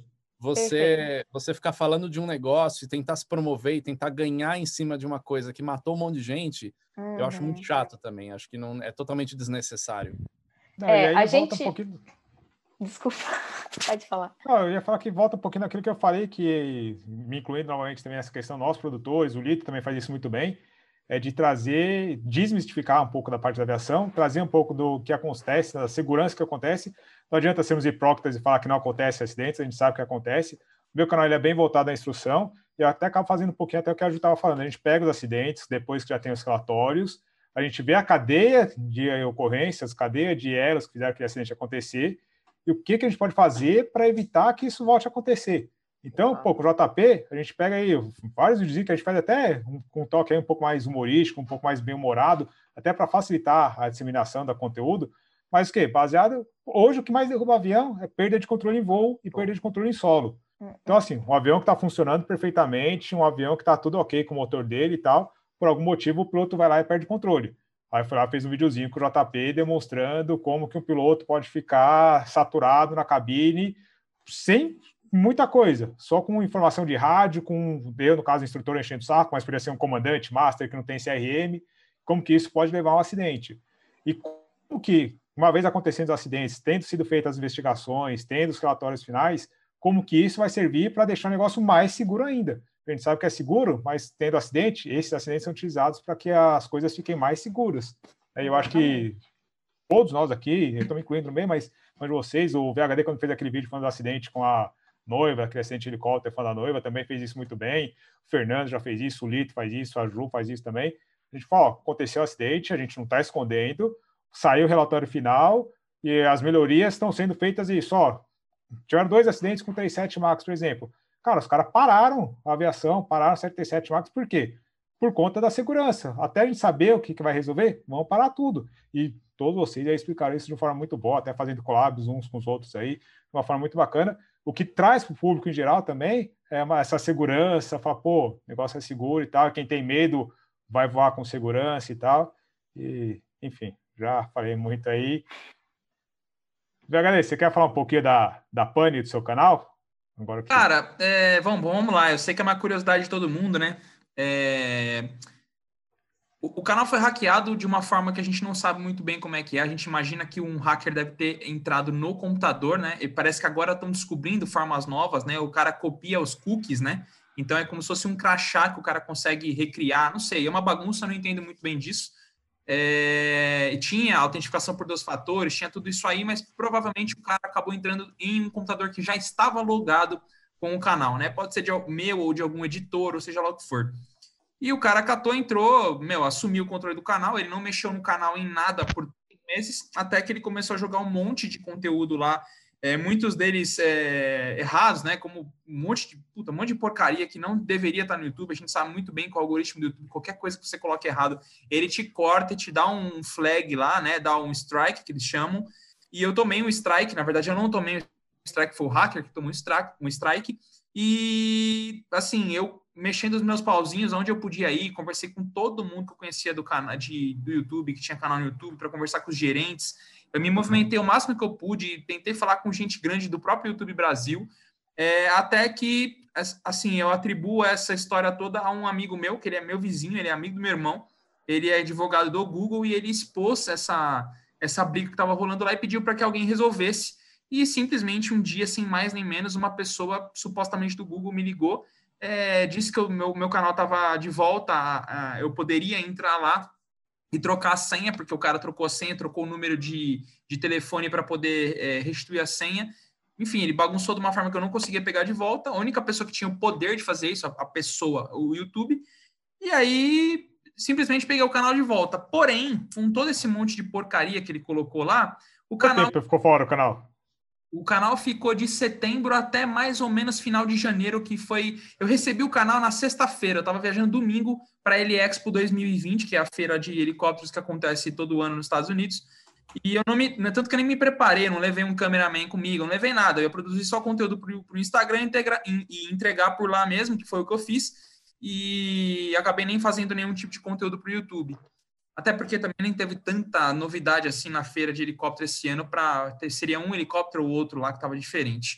você, você ficar falando de um negócio e tentar se promover e tentar ganhar em cima de uma coisa que matou um monte de gente, eu acho muito Uhum. chato também. Acho que não é totalmente desnecessário. Não, É, e aí a volta gente- um pouquinho. Desculpa, pode falar. Não, eu ia falar que volta um pouquinho naquilo que eu falei, que me incluindo novamente também essa questão, nós produtores, o Lito também faz isso muito bem, é de trazer, desmistificar um pouco da parte da aviação, trazer um pouco do que acontece, da segurança que acontece. Não adianta sermos hipócritas e falar que não acontece acidentes, a gente sabe que acontece. O meu canal ele é bem voltado à instrução, e eu até acabo fazendo um pouquinho até o que a Ju estava falando. A gente pega os acidentes, depois que já tem os relatórios, a gente vê a cadeia de ocorrências, cadeia de elos que fizeram aquele acidente acontecer, e o que, que a gente pode fazer para evitar que isso volte a acontecer. Então, pô, com o J P, a gente pega aí vários vídeos que a gente faz até um, com um toque aí um pouco mais humorístico, um pouco mais bem-humorado, até para facilitar a disseminação do conteúdo. Mas o quê? Baseado... Hoje, o que mais derruba o avião é perda de controle em voo e perda de controle em solo. Então, assim, um avião que está funcionando perfeitamente, um avião que está tudo ok com o motor dele e tal, por algum motivo o piloto vai lá e perde controle. Aí foi lá, fez um videozinho com o J P demonstrando como que um piloto pode ficar saturado na cabine sem muita coisa, só com informação de rádio, com eu, no caso, o instrutor enchendo o saco, mas poderia ser um comandante, master, que não tem C R M, como que isso pode levar a um acidente. E como que, uma vez acontecendo os acidentes, tendo sido feitas as investigações, tendo os relatórios finais, como que isso vai servir para deixar o negócio mais seguro ainda. A gente sabe que é seguro, mas tendo acidente, esses acidentes são utilizados para que as coisas fiquem mais seguras. Eu acho que todos nós aqui, eu estou me incluindo também, mas, mas vocês, o V H D, quando fez aquele vídeo falando do acidente com a noiva, aquele acidente de helicóptero falando da noiva, também fez isso muito bem. O Fernando já fez isso, o Lito faz isso, a Ju faz isso também. A gente fala, ó, aconteceu o acidente, a gente não está escondendo, saiu o relatório final e as melhorias estão sendo feitas isso, ó. Tiveram dois acidentes com trinta e sete Max, por exemplo. Cara, os caras pararam a aviação, pararam setenta e sete Max, por quê? Por conta da segurança. Até a gente saber o que, que vai resolver, vamos parar tudo. E todos vocês aí explicaram isso de uma forma muito boa, até fazendo collabs uns com os outros aí, de uma forma muito bacana. O que traz para o público em geral também é uma, essa segurança, falar, pô, o negócio é seguro e tal, quem tem medo vai voar com segurança e tal. E, enfim, já falei muito aí. V H D, você quer falar um pouquinho da, da pane do seu canal? Agora que... Cara, é, vamos, vamos lá. Eu sei que é uma curiosidade de todo mundo, né? É... O, o canal foi hackeado de uma forma que a gente não sabe muito bem como é que é. A gente imagina que um hacker deve ter entrado no computador, né? E parece que agora estão descobrindo formas novas, né? O cara copia os cookies, né? Então é como se fosse um crachá que o cara consegue recriar. Não sei, é uma bagunça, eu não entendo muito bem disso. É, tinha autentificação por dois fatores, tinha tudo isso aí, mas provavelmente o cara acabou entrando em um computador que já estava logado com o canal, né? Pode ser de meu ou de algum editor, ou seja lá o que for. E o cara catou, entrou, meu, assumiu o controle do canal, ele não mexeu no canal em nada por meses, até que ele começou a jogar um monte de conteúdo lá, é, muitos deles é, errados, né? Como um monte de puta, um monte de porcaria que não deveria estar no YouTube. A gente sabe muito bem qual é o algoritmo do YouTube, qualquer coisa que você coloque errado, ele te corta e te dá um flag lá, né? Dá um strike, que eles chamam. E eu tomei um strike, na verdade, eu não tomei um strike, foi o hacker que tomou um strike, um strike. E assim, eu mexendo os meus pauzinhos onde eu podia ir, conversei com todo mundo que eu conhecia do canal de, do YouTube, que tinha canal no YouTube, para conversar com os gerentes. Eu me movimentei o máximo que eu pude, tentei falar com gente grande do próprio YouTube Brasil, é, até que, assim, eu atribuo essa história toda a um amigo meu, que ele é meu vizinho, ele é amigo do meu irmão, ele é advogado do Google e ele expôs essa, essa briga que estava rolando lá e pediu para que alguém resolvesse. E simplesmente um dia, sem mais nem menos, uma pessoa supostamente do Google me ligou, é, disse que o meu, meu canal estava de volta, a, a, eu poderia entrar lá e trocar a senha, porque o cara trocou a senha, trocou o número de, de telefone para poder é, restituir a senha. Enfim, ele bagunçou de uma forma que eu não conseguia pegar de volta. A única pessoa que tinha o poder de fazer isso, a pessoa, o YouTube. E aí, simplesmente peguei o canal de volta. Porém, com todo esse monte de porcaria que ele colocou lá, o Quanto canal... tempo ficou fora o canal? O canal ficou de setembro até mais ou menos final de janeiro, que foi... Eu recebi o canal na sexta-feira, eu estava viajando domingo para a Heliexpo dois mil e vinte, que é a feira de helicópteros que acontece todo ano nos Estados Unidos, e eu não me... Tanto que eu nem me preparei, não levei um cameraman comigo, não levei nada, eu ia produzir só conteúdo para o Instagram integra, e entregar por lá mesmo, que foi o que eu fiz, e acabei nem fazendo nenhum tipo de conteúdo para o YouTube. Até porque também nem teve tanta novidade assim na feira de helicóptero esse ano, para seria um helicóptero ou outro lá que estava diferente.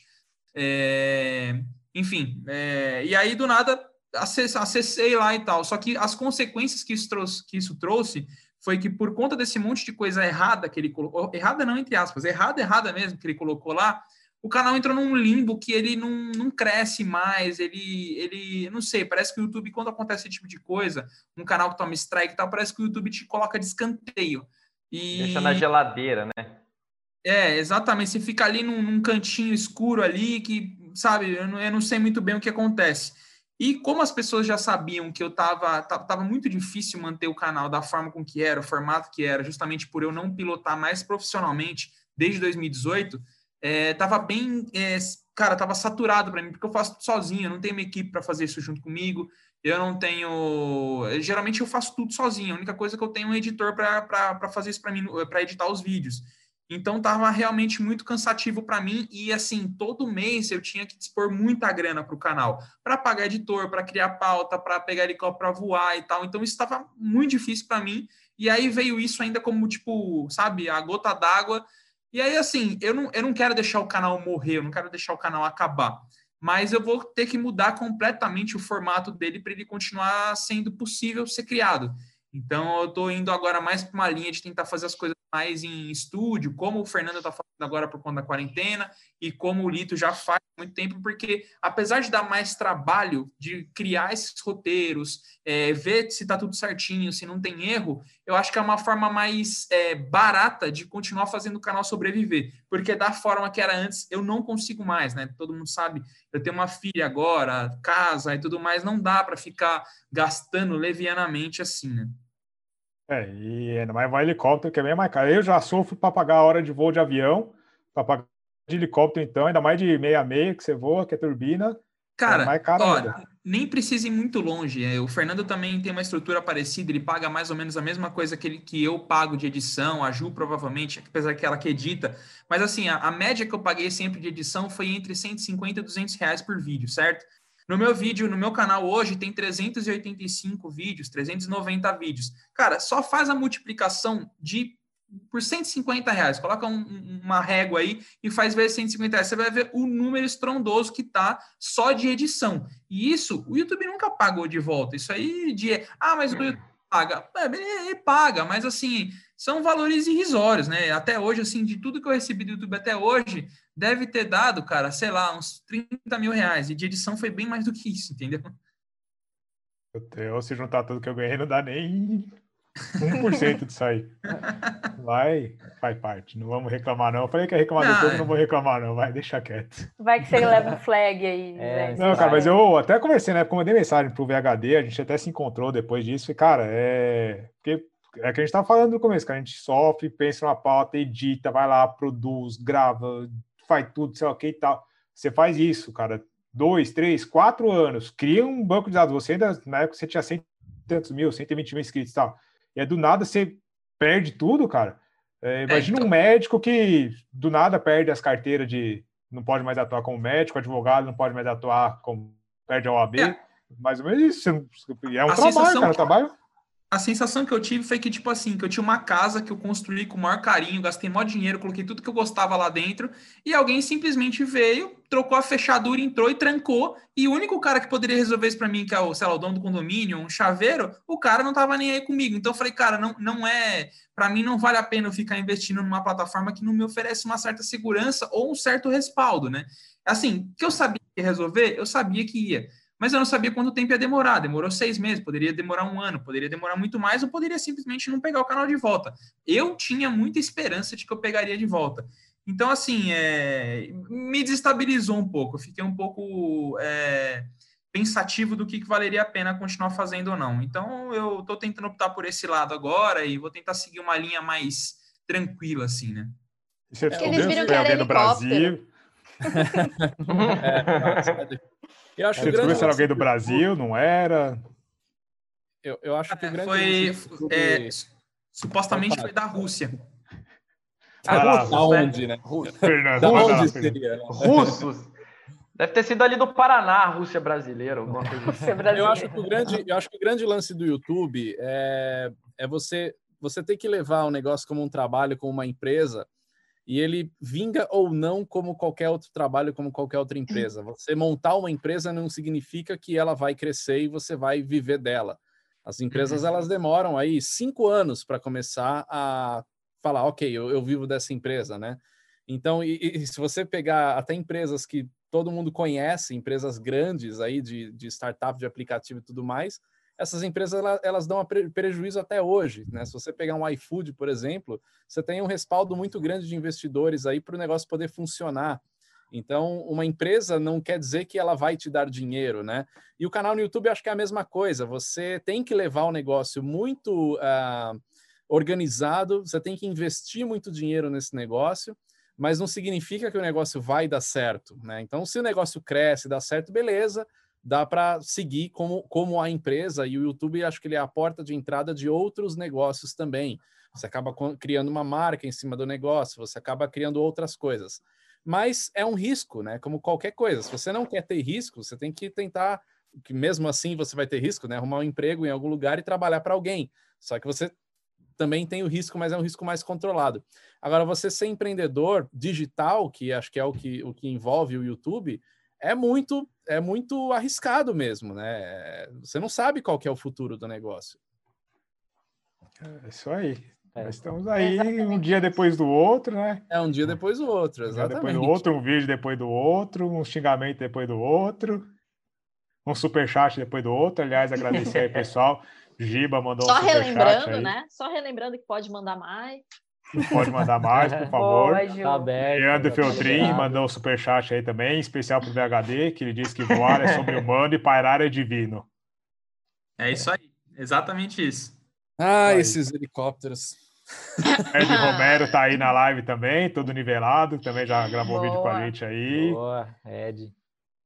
É, enfim, é, e aí do nada acessei, acessei lá e tal. Só que as consequências que isso, trouxe, que isso trouxe foi que por conta desse monte de coisa errada que ele colocou, errada não entre aspas, errada, errada mesmo que ele colocou lá, o canal entrou num limbo que ele não, não cresce mais, ele, ele, não sei, parece que o YouTube, quando acontece esse tipo de coisa, um canal que toma strike e tal, parece que o YouTube te coloca de escanteio. E... Deixa na geladeira, né? É, exatamente, você fica ali num, num cantinho escuro ali, que, sabe, eu não, eu não sei muito bem o que acontece. E como as pessoas já sabiam que eu tava, tava muito difícil manter o canal da forma com que era, o formato que era, justamente por eu não pilotar mais profissionalmente desde dois mil e dezoito, É, tava bem, é, cara, tava saturado para mim, porque eu faço tudo sozinho, eu não tenho uma equipe para fazer isso junto comigo, eu não tenho, geralmente eu faço tudo sozinho, a única coisa que eu tenho é um editor para fazer isso para mim, para editar os vídeos. Então tava realmente muito cansativo para mim e assim, todo mês eu tinha que dispor muita grana para o canal, para pagar editor, para criar pauta, para pegar helicóptero para voar e tal. Então isso estava muito difícil para mim. E aí veio isso ainda como tipo, sabe, a gota d'água. E aí, assim, eu não, eu não quero deixar o canal morrer, eu não quero deixar o canal acabar, mas eu vou ter que mudar completamente o formato dele para ele continuar sendo possível ser criado. Então, eu estou indo agora mais para uma linha de tentar fazer as coisas mais em estúdio, como o Fernando está fazendo agora por conta da quarentena e como o Lito já faz há muito tempo, porque apesar de dar mais trabalho de criar esses roteiros, é, ver se está tudo certinho, se não tem erro, eu acho que é uma forma mais é, barata de continuar fazendo o canal sobreviver, porque da forma que era antes, eu não consigo mais, né? Todo mundo sabe, eu tenho uma filha agora, casa e tudo mais, não dá para ficar gastando levianamente assim, né? É, e ainda mais vai helicóptero, que é bem mais caro. Eu já sofro para pagar a hora de voo de avião, para pagar de helicóptero, então, ainda mais de meia a meia que você voa, que é turbina. Cara, é mais caro ó, ainda. Nem precisa ir muito longe. O Fernando também tem uma estrutura parecida, ele paga mais ou menos a mesma coisa que, ele, que eu pago de edição, a Ju provavelmente, apesar que ela que edita. Mas assim, a, a média que eu paguei sempre de edição foi entre cento e cinquenta e duzentos reais por vídeo, certo? No meu vídeo, no meu canal hoje, tem trezentos e oitenta e cinco vídeos, trezentos e noventa vídeos. Cara, só faz a multiplicação de por cento e cinquenta reais. Coloca um, uma régua aí e faz vezes cento e cinquenta reais. Você vai ver o número estrondoso que tá só de edição. E isso, o YouTube nunca pagou de volta. Isso aí de... Ah, mas o YouTube paga. É, ele paga, mas assim, são valores irrisórios, né? Até hoje, assim, de tudo que eu recebi do YouTube até hoje, deve ter dado, cara, sei lá, uns trinta mil reais. E de edição foi bem mais do que isso, entendeu? Eu, se juntar tudo que eu ganhei, não dá nem um por cento disso aí. Vai, faz parte. Não vamos reclamar, não. Eu falei que ia reclamar Não, depois, é. não vou reclamar, não. Vai, deixa quieto. Vai que você leva um flag aí. É, né? Não, cara, mas eu até conversei, né? Porque eu mandei mensagem pro V H D, a gente até se encontrou depois disso. E, cara, é. Porque é que a gente tava falando no começo, que a gente sofre, pensa numa pauta, edita, vai lá, produz, grava, faz tudo, sei lá o que e tal. Você faz isso, cara, dois, três, quatro anos, cria um banco de dados. Você ainda, na época, você tinha cento e tantos mil, cento e vinte mil inscritos e tal. E aí, do nada, você perde tudo, cara. É, imagina é, então... um médico que, do nada, perde as carteiras de... Não pode mais atuar como médico, advogado não pode mais atuar como... Perde a O A B. É. Mais ou menos isso. É um a trabalho, cara, um que... trabalho... a sensação que eu tive foi que, tipo assim, que eu tinha uma casa que eu construí com o maior carinho, gastei maior dinheiro, coloquei tudo que eu gostava lá dentro, e alguém simplesmente veio, trocou a fechadura, entrou e trancou, e o único cara que poderia resolver isso pra mim, que é o, sei lá, o dono do condomínio, um chaveiro, o cara não tava nem aí comigo. Então eu falei, cara, não, não é... Pra mim não vale a pena eu ficar investindo numa plataforma que não me oferece uma certa segurança ou um certo respaldo, né? Assim, que eu sabia que ia resolver, eu sabia que ia. Mas eu não sabia quanto tempo ia demorar. Demorou seis meses, poderia demorar um ano, poderia demorar muito mais, ou poderia simplesmente não pegar o canal de volta. Eu tinha muita esperança de que eu pegaria de volta. Então, assim, é, me desestabilizou um pouco. Eu fiquei um pouco é, pensativo do que, que valeria a pena continuar fazendo ou não. Então, eu estou tentando optar por esse lado agora e vou tentar seguir uma linha mais tranquila, assim, né? E você descobriu Eles que viram foi que era alguém do helicóptero. Brasil? É, eu acho Você que o descobriu grande se era alguém do lance Brasil, não era? Eu, eu acho que o grande Foi, lance do YouTube- é, supostamente Opa. foi da Rússia. Vai Ah, lá, russos, Da onde, né? né? Russos. Fernando, Da manda lá, onde Fernando. seria? Né? Russos. Deve ter sido ali do Paraná, a Rússia brasileira, alguma coisa assim. Ser brasileiro. Eu acho que o grande, eu acho que o grande lance do YouTube é, é você, você ter que levar o negócio como um trabalho, como uma empresa, e ele vinga ou não como qualquer outro trabalho, como qualquer outra empresa. Você montar uma empresa não significa que ela vai crescer e você vai viver dela. As empresas, elas demoram aí cinco anos para começar a falar, ok, eu, eu vivo dessa empresa, né? Então, e, e se você pegar até empresas que todo mundo conhece, empresas grandes aí de, de startup, de aplicativo e tudo mais, essas empresas elas, elas dão pre prejuízo até hoje, né? Se você pegar um iFood, por exemplo, você tem um respaldo muito grande de investidores aí para o negócio poder funcionar. Então, uma empresa não quer dizer que ela vai te dar dinheiro, né? E o canal no YouTube, eu acho que é a mesma coisa. Você tem que levar o negócio muito uh, organizado, você tem que investir muito dinheiro nesse negócio, mas não significa que o negócio vai dar certo, né? Então, se o negócio cresce, dá certo, beleza, dá para seguir como, como a empresa, e o YouTube, acho que ele é a porta de entrada de outros negócios também. Você acaba criando uma marca em cima do negócio, você acaba criando outras coisas. Mas é um risco, né? Como qualquer coisa. Se você não quer ter risco, você tem que tentar, que mesmo assim você vai ter risco, né? Arrumar um emprego em algum lugar e trabalhar para alguém. Só que você também tem o risco, mas é um risco mais controlado. Agora, você ser empreendedor digital, que acho que é o que, o que envolve o YouTube, é muito, é muito arriscado mesmo, né? Você não sabe qual que é o futuro do negócio. É isso aí. É. Nós estamos aí Exatamente um dia isso. depois do outro, né? É um dia depois do outro, Um dia depois exatamente. do outro, um vídeo depois do outro, um xingamento depois do outro, um superchat depois do outro. Aliás, agradecer aí, pessoal. Giba mandou Só um superchat relembrando, aí. né? Só relembrando que pode mandar mais. Pode mandar mais, por favor. Boa, Ju. Tá aberto. Leandro já tá Feltrin liberado. mandou um superchat aí também, especial pro V H D, que ele disse que voar é sobre-humano e pairar é divino. É isso aí, exatamente isso. Ah, Aí. esses helicópteros. Ed Romero tá aí na live também, todo nivelado, também já gravou Boa. vídeo com a gente aí. Boa, Ed.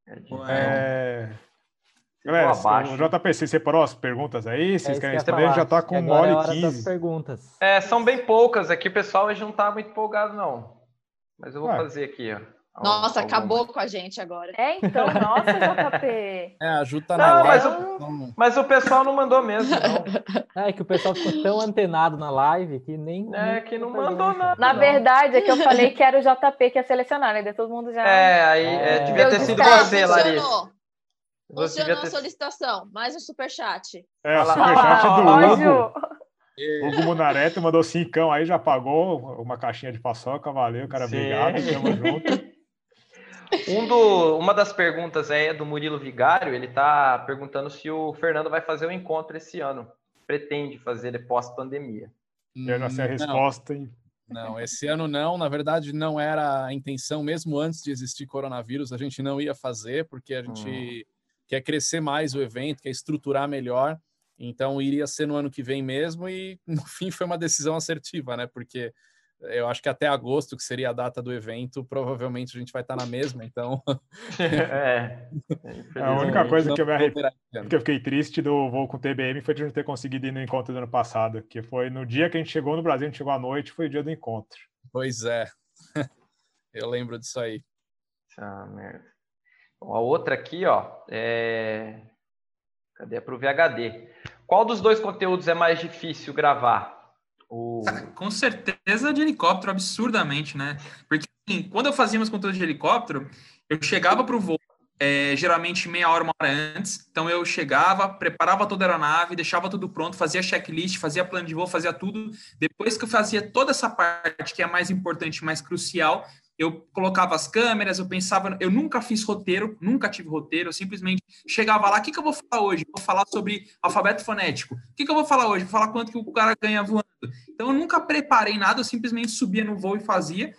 É... Se Galera, for abaixo. o J P C separou as perguntas aí, vocês É isso querem que eu ia responder? Ele já falar. tá com E uma agora hora é e hora das quinze. perguntas. É, são bem poucas aqui, o pessoal hoje não tá muito empolgado, não. Mas eu vou Ué. fazer aqui, ó. Nossa, Algumas. acabou com a gente agora. É, então, nossa, J P. É, a Ju tá Não, na mas live. o- então- Mas o pessoal não mandou mesmo, não. É que o pessoal ficou tão antenado na live que nem. É, nem que não pergunta. mandou nada. Na não. verdade, é que eu falei que era o J P que ia selecionar, né? Daí todo mundo já. É, aí é, É. devia ter Deu sido descargo. você, Larissa. Funcionou. Você Funcionou devia a ter... solicitação. Mais um superchat. É, o Olha lá. superchat do Ó, Hugo. Ju. Hugo Munareto mandou cincão aí, já pagou uma caixinha de paçoca, valeu, cara, Sim. obrigado, tamo junto. Um do, uma das perguntas é do Murilo Vigário, ele está perguntando se o Fernando vai fazer o encontro esse ano. Pretende fazer ele pós-pandemia. Eu já sei a Não, resposta, hein? não, esse ano não. Na verdade, não era a intenção, mesmo antes de existir coronavírus, a gente não ia fazer, porque a gente quer crescer mais o evento, quer estruturar melhor. Então, iria ser no ano que vem mesmo, e no fim foi uma decisão assertiva, né? Porque eu acho que até agosto, que seria a data do evento, provavelmente a gente vai estar na mesma, então... É, A única coisa não que eu me arrependo, vou- que eu fiquei triste do voo com o T B M foi de não ter conseguido ir no encontro do ano passado, que foi no dia que a gente chegou no Brasil, a gente chegou à noite, foi o dia do encontro. Pois é, eu lembro disso aí. Ah, merda. Bom, a outra aqui, ó, é... Cadê? É para o V H D. Qual dos dois conteúdos é mais difícil gravar? O... Com certeza de helicóptero, absurdamente, né? Porque assim, quando eu fazia meus conteúdos de helicóptero, eu chegava para o voo, é, geralmente meia hora, uma hora antes. Então eu chegava, preparava toda a aeronave, deixava tudo pronto, fazia checklist, fazia plano de voo, fazia tudo. Depois que eu fazia toda essa parte que é mais importante, mais crucial, eu colocava as câmeras, eu pensava... Eu nunca fiz roteiro, nunca tive roteiro, eu simplesmente chegava lá, o que, que eu vou falar hoje? Vou falar sobre alfabeto fonético. O que, que eu vou falar hoje? Vou falar quanto que o cara ganha voando. Então eu nunca preparei nada, eu simplesmente subia no voo e fazia.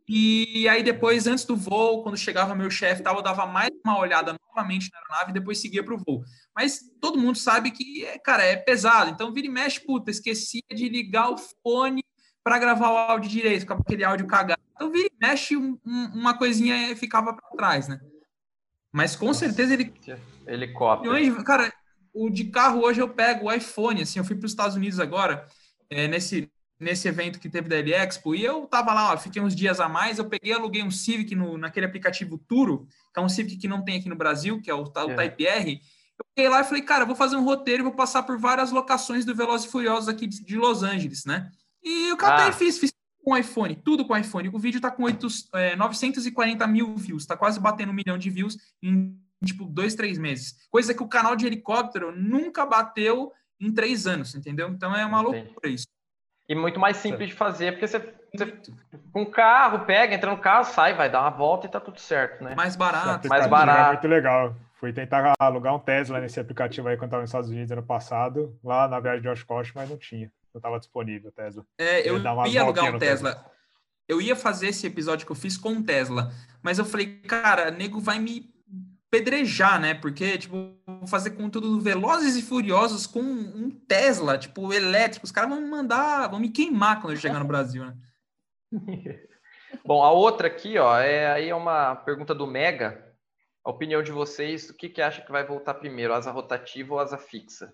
E aí depois, antes do voo, quando chegava meu chefe, eu dava mais uma olhada novamente na aeronave e depois seguia para o voo. Mas todo mundo sabe que, cara, é pesado. Então vira e mexe, puta, esquecia de ligar o fone para gravar o áudio direito, ficava aquele áudio cagado. Então vira e mexe, um, um, uma coisinha ficava para trás, né? Mas com Nossa, certeza ele... Helicóptero. Cara, o de carro hoje eu pego o iPhone, assim, eu fui para os Estados Unidos agora, é, nesse... nesse evento que teve da L Expo, e eu tava lá, ó, fiquei uns dias a mais, eu peguei, aluguei um Civic no, naquele aplicativo Turo, que é um Civic que não tem aqui no Brasil, que é o, o é. Type R. Eu peguei lá e falei, cara, eu vou fazer um roteiro e vou passar por várias locações do Velozes e Furiosos aqui de, de Los Angeles, né? E eu catei e ah. fiz, fiz com iPhone, tudo com iPhone. O vídeo tá com oito, é, novecentos e quarenta mil views, tá quase batendo um milhão de views em, tipo, dois, três meses. Coisa que o canal de helicóptero nunca bateu em três anos, entendeu? Então é uma Entendi. loucura isso. E muito mais simples de fazer, porque você, você com um carro, pega, entra no carro, sai, vai dar uma volta e tá tudo certo, né? Mais barato. Mais barato. É muito legal. Fui tentar alugar um Tesla nesse aplicativo aí quando estava nos Estados Unidos ano passado, lá na viagem de Oshkosh, mas não tinha. Não estava disponível o Tesla. É, eu ia alugar um Tesla. Tesla. Eu ia fazer esse episódio que eu fiz com o Tesla, mas eu falei, cara, nego vai me pedrejar, né? Porque, tipo, vou fazer conteúdo Velozes e Furiosos com um Tesla, tipo, elétrico. Os caras vão me mandar, vão me queimar quando eu chegar no Brasil, né? Bom, a outra aqui, ó, é aí é uma pergunta do Mega. A opinião de vocês, o que que acha que vai voltar primeiro, asa rotativa ou asa fixa?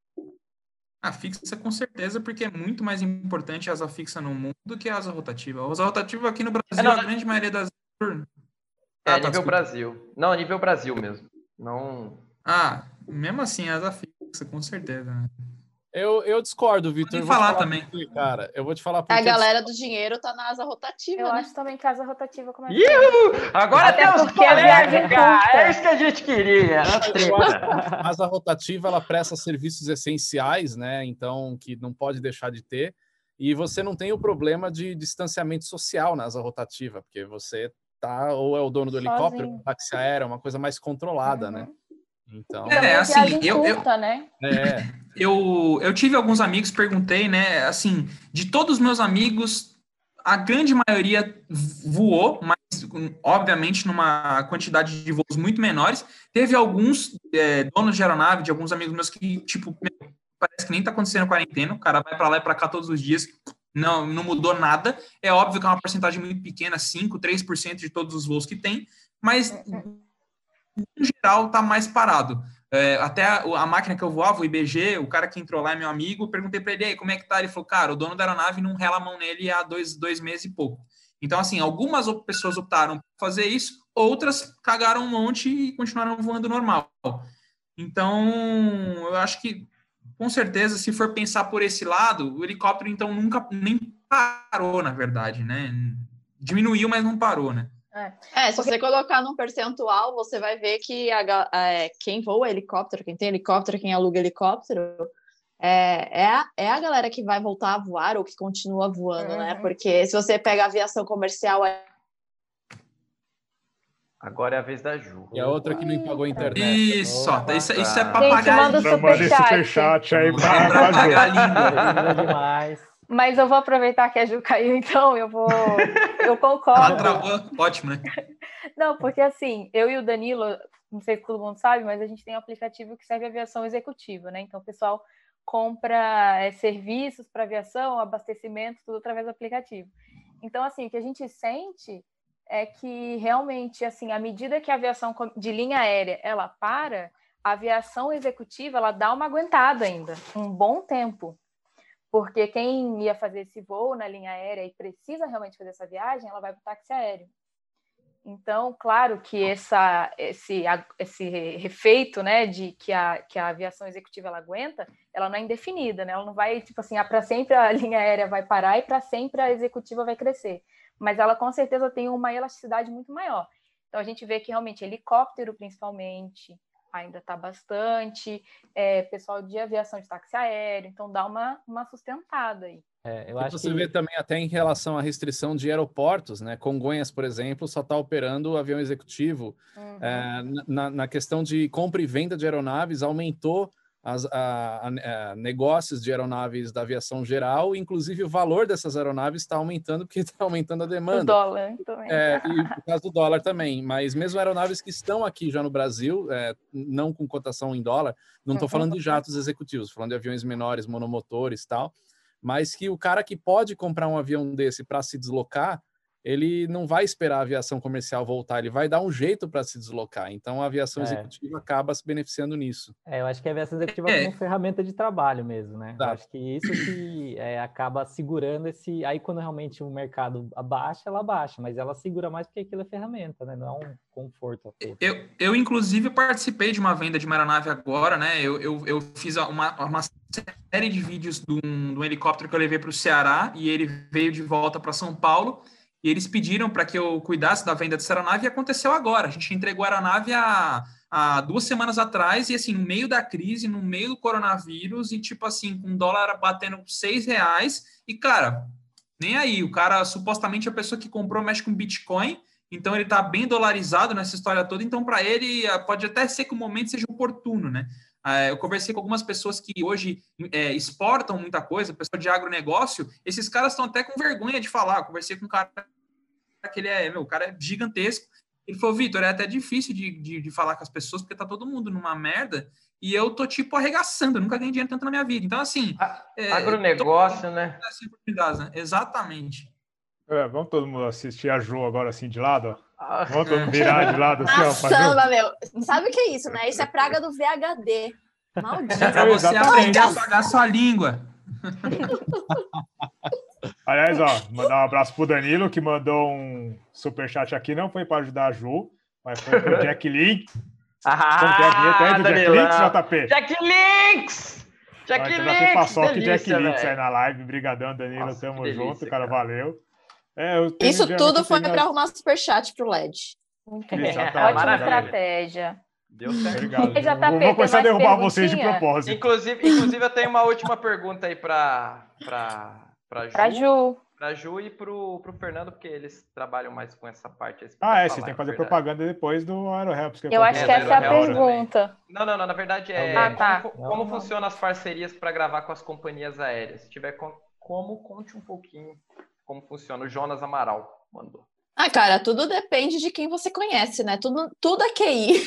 A fixa, com certeza, porque é muito mais importante a asa fixa no mundo do que a asa rotativa. A asa rotativa aqui no Brasil, é, não, a grande maioria das... É, ah, tá, nível desculpa. Brasil. Não, nível Brasil mesmo. Não... Ah, mesmo assim, asa fixa, com certeza. Né? Eu, eu discordo, Vitor. Vou falar também. Aqui, cara, eu vou te falar porque... A galera do dinheiro tá na asa rotativa, Eu né? acho também que a asa rotativa começa... Agora até temos porque a viagem curta. É isso que a gente queria. A asa rotativa, ela presta serviços essenciais, né? Então, que não pode deixar de ter. E você não tem o problema de distanciamento social na asa rotativa, porque você... tá, ou é o dono do Sozinho. helicóptero, táxi aéreo, uma coisa mais controlada, uhum. né? Então... É, assim, eu, curta, eu, né? é. eu, eu tive alguns amigos, perguntei, né, assim, de todos os meus amigos, a grande maioria voou, mas, obviamente, numa quantidade de voos muito menores. Teve alguns é, donos de aeronave, de alguns amigos meus que, tipo, parece que nem tá acontecendo quarentena, o cara vai para lá e para cá todos os dias, Não, não mudou nada. É óbvio que é uma porcentagem muito pequena, cinco, três por cento de todos os voos que tem, mas, no geral, está mais parado. É, até a, a máquina que eu voava, o I B G, o cara que entrou lá é meu amigo, perguntei para ele, aí, como é que tá? Ele falou, cara, o dono da aeronave não rela a mão nele há dois, dois meses e pouco. Então, assim, algumas pessoas optaram por fazer isso, outras cagaram um monte e continuaram voando normal. Então, eu acho que com certeza, se for pensar por esse lado, o helicóptero, então, nunca nem parou, na verdade, né? Diminuiu, mas não parou, né? É, é se Porque... você colocar num percentual, você vai ver que a, a, quem voa helicóptero, quem tem helicóptero, quem aluga helicóptero, é, é, a, é a galera que vai voltar a voar ou que continua voando, uhum. né? Porque se você pega a aviação comercial... É... Agora é a vez da Ju. E a outra que não pagou a internet. Isso, ó, isso, isso é pra Gente, pagar manda o superchat aí pra pagar a língua. demais. Mas eu vou aproveitar que a Ju caiu, então eu vou... Eu concordo. Ela travou, ótimo, né? Não, porque assim, eu e o Danilo, não sei se todo mundo sabe, mas a gente tem um aplicativo que serve a aviação executiva, né? Então o pessoal compra é, serviços para aviação, abastecimento, tudo através do aplicativo. Então, assim, o que a gente sente... é que realmente, assim, à medida que a aviação de linha aérea, ela para, a aviação executiva, ela dá uma aguentada ainda, um bom tempo. Porque quem ia fazer esse voo na linha aérea e precisa realmente fazer essa viagem, ela vai para o táxi aéreo. Então, claro que essa, esse, esse refeito, né, de que a, que a aviação executiva ela aguenta, ela não é indefinida, né? Ela não vai, tipo assim, ah, para sempre a linha aérea vai parar e para sempre a executiva vai crescer. Mas ela com certeza tem uma elasticidade muito maior. Então, a gente vê que realmente helicóptero, principalmente, ainda está bastante, é, pessoal de aviação de táxi aéreo, então dá uma, uma sustentada aí. É, eu e acho você que... vê também até em relação à restrição de aeroportos, né? Congonhas, por exemplo, só está operando o avião executivo. Uhum. É, na, na questão de compra e venda de aeronaves, aumentou as, a, a, a negócios de aeronaves da aviação geral, inclusive o valor dessas aeronaves está aumentando porque está aumentando a demanda. O dólar também. É, e por causa do dólar também, mas mesmo aeronaves que estão aqui já no Brasil, é, não com cotação em dólar, não estou falando de jatos executivos, falando de aviões menores, monomotores e tal, mas que o cara que pode comprar um avião desse para se deslocar, ele não vai esperar a aviação comercial voltar, ele vai dar um jeito para se deslocar. Então, a aviação é. executiva acaba se beneficiando nisso. É, eu acho que a aviação executiva é como ferramenta de trabalho mesmo, né? Tá. Eu acho que isso que é, acaba segurando esse... Aí, quando realmente o mercado abaixa, ela abaixa, mas ela segura mais porque aquilo é ferramenta, né? Não é um conforto. Eu, eu, inclusive, participei de uma venda de uma aeronave agora, né? Eu, eu, eu fiz uma, uma série de vídeos de um, de um helicóptero que eu levei para o Ceará e ele veio de volta para São Paulo. E eles pediram para que eu cuidasse da venda dessa aeronave e aconteceu agora. A gente entregou a aeronave há, há duas semanas atrás e, assim, no meio da crise, no meio do coronavírus e, tipo assim, com o dólar batendo seis reais. E, cara, nem aí. O cara, supostamente, a pessoa que comprou mexe com Bitcoin, então ele está bem dolarizado nessa história toda. Então, para ele, pode até ser que o momento seja oportuno, né? Eu conversei com algumas pessoas que hoje é, exportam muita coisa, pessoal de agronegócio, esses caras estão até com vergonha de falar. Eu conversei com um cara que ele é, meu, o cara é gigantesco. Ele falou, Vitor, é até difícil de, de, de falar com as pessoas, porque tá todo mundo numa merda, e eu tô, tipo, arregaçando, eu nunca ganhei dinheiro tanto na minha vida. Então, assim... A, é, agronegócio, tô... né? né? Exatamente. É, vamos todo mundo assistir a Ju agora, assim, de lado, ó. Vamos todo mundo virar de lado, assim, ó. Samba, meu. Sabe o que é isso, né? Isso é praga do V H D. Maldito. É pra você aprender a pagar sua língua. Aliás, ó, mandar um abraço pro Danilo, que mandou um superchat aqui, não foi para ajudar a Ju, mas foi pro Jack Links. Ah, Como que é a vinheta aí do Jack Links, J P? Jack Links! Jack Links! Já passou aqui Jack Links aí na live. Brigadão, Danilo, Nossa, tamo delícia, junto, cara, cara. Valeu. É, Isso tudo foi para arrumar superchat pro L E D. É, tá ótima estratégia. Deu certo. Obrigado. Já tá vou começar a derrubar vocês de propósito. Inclusive, inclusive, eu tenho uma última pergunta aí para para Ju. Pra Ju. Pra Ju e pro, pro Fernando, porque eles trabalham mais com essa parte. Ah, é, vocês têm que fazer verdade. propaganda depois do AeroHelps. Eu, eu acho que essa é a pergunta. Não, não, não, na verdade é ah, tá. como, como não, funcionam não. as parcerias para gravar com as companhias aéreas. Se tiver como, conte um pouquinho como funciona. O Jonas Amaral mandou. Ah, cara, tudo depende de quem você conhece, né? Tudo, tudo é Q I.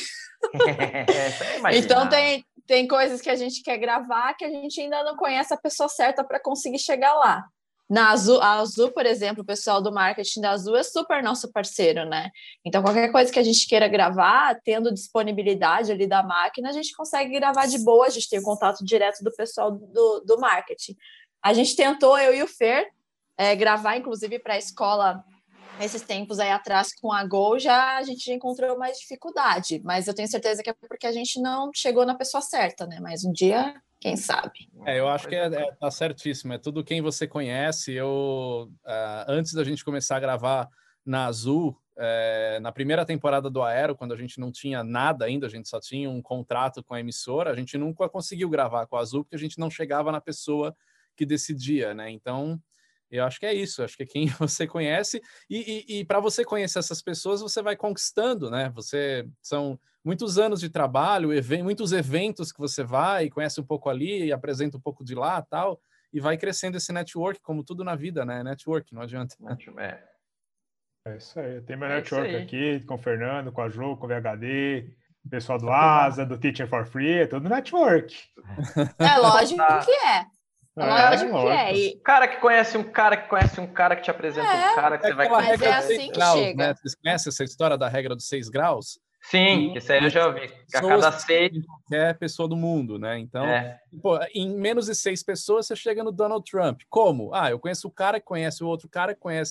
É, então tem, tem coisas que a gente quer gravar que a gente ainda não conhece a pessoa certa para conseguir chegar lá. Na Azul, a Azul, por exemplo, o pessoal do marketing da Azul é super nosso parceiro, né? Então, qualquer coisa que a gente queira gravar, tendo disponibilidade ali da máquina, a gente consegue gravar de boa, a gente tem o contato direto do pessoal do, do marketing. A gente tentou, eu e o Fer, é, gravar, inclusive, para a escola esses tempos aí atrás com a Gol, já a gente já encontrou mais dificuldade, mas eu tenho certeza que é porque a gente não chegou na pessoa certa, né? Mas um dia, quem sabe? É, eu acho que é, é, tá certíssimo, é tudo quem você conhece. Eu, uh, antes da gente começar a gravar na Azul, é, na primeira temporada do Aero, quando a gente não tinha nada ainda, a gente só tinha um contrato com a emissora, a gente nunca conseguiu gravar com a Azul, porque a gente não chegava na pessoa que decidia, né? Então... eu acho que é isso, acho que é quem você conhece, e, e, e para você conhecer essas pessoas, você vai conquistando, né? Você, são muitos anos de trabalho, even, muitos eventos que você vai, conhece um pouco ali, e apresenta um pouco de lá, tal, e vai crescendo esse network, como tudo na vida, né? Network, não adianta. É, é isso aí, tem meu é network aqui, com o Fernando, com a Ju, com o V H D, pessoal do Asa, do Teaching for Free, é tudo network. É lógico que é. É, lógico que é. E... cara que conhece um cara que conhece um cara que te apresenta é, um cara que é você vai conhecer. Mas é assim que graus, chega. Né? Vocês conhecem essa história da regra dos seis graus? Sim, isso aí eu já ouvi. A cada seis... qualquer pessoa do mundo, né? Então, é. pô, em menos de seis pessoas, você chega no Donald Trump. Como? Ah, eu conheço o cara que conhece o outro cara que conhece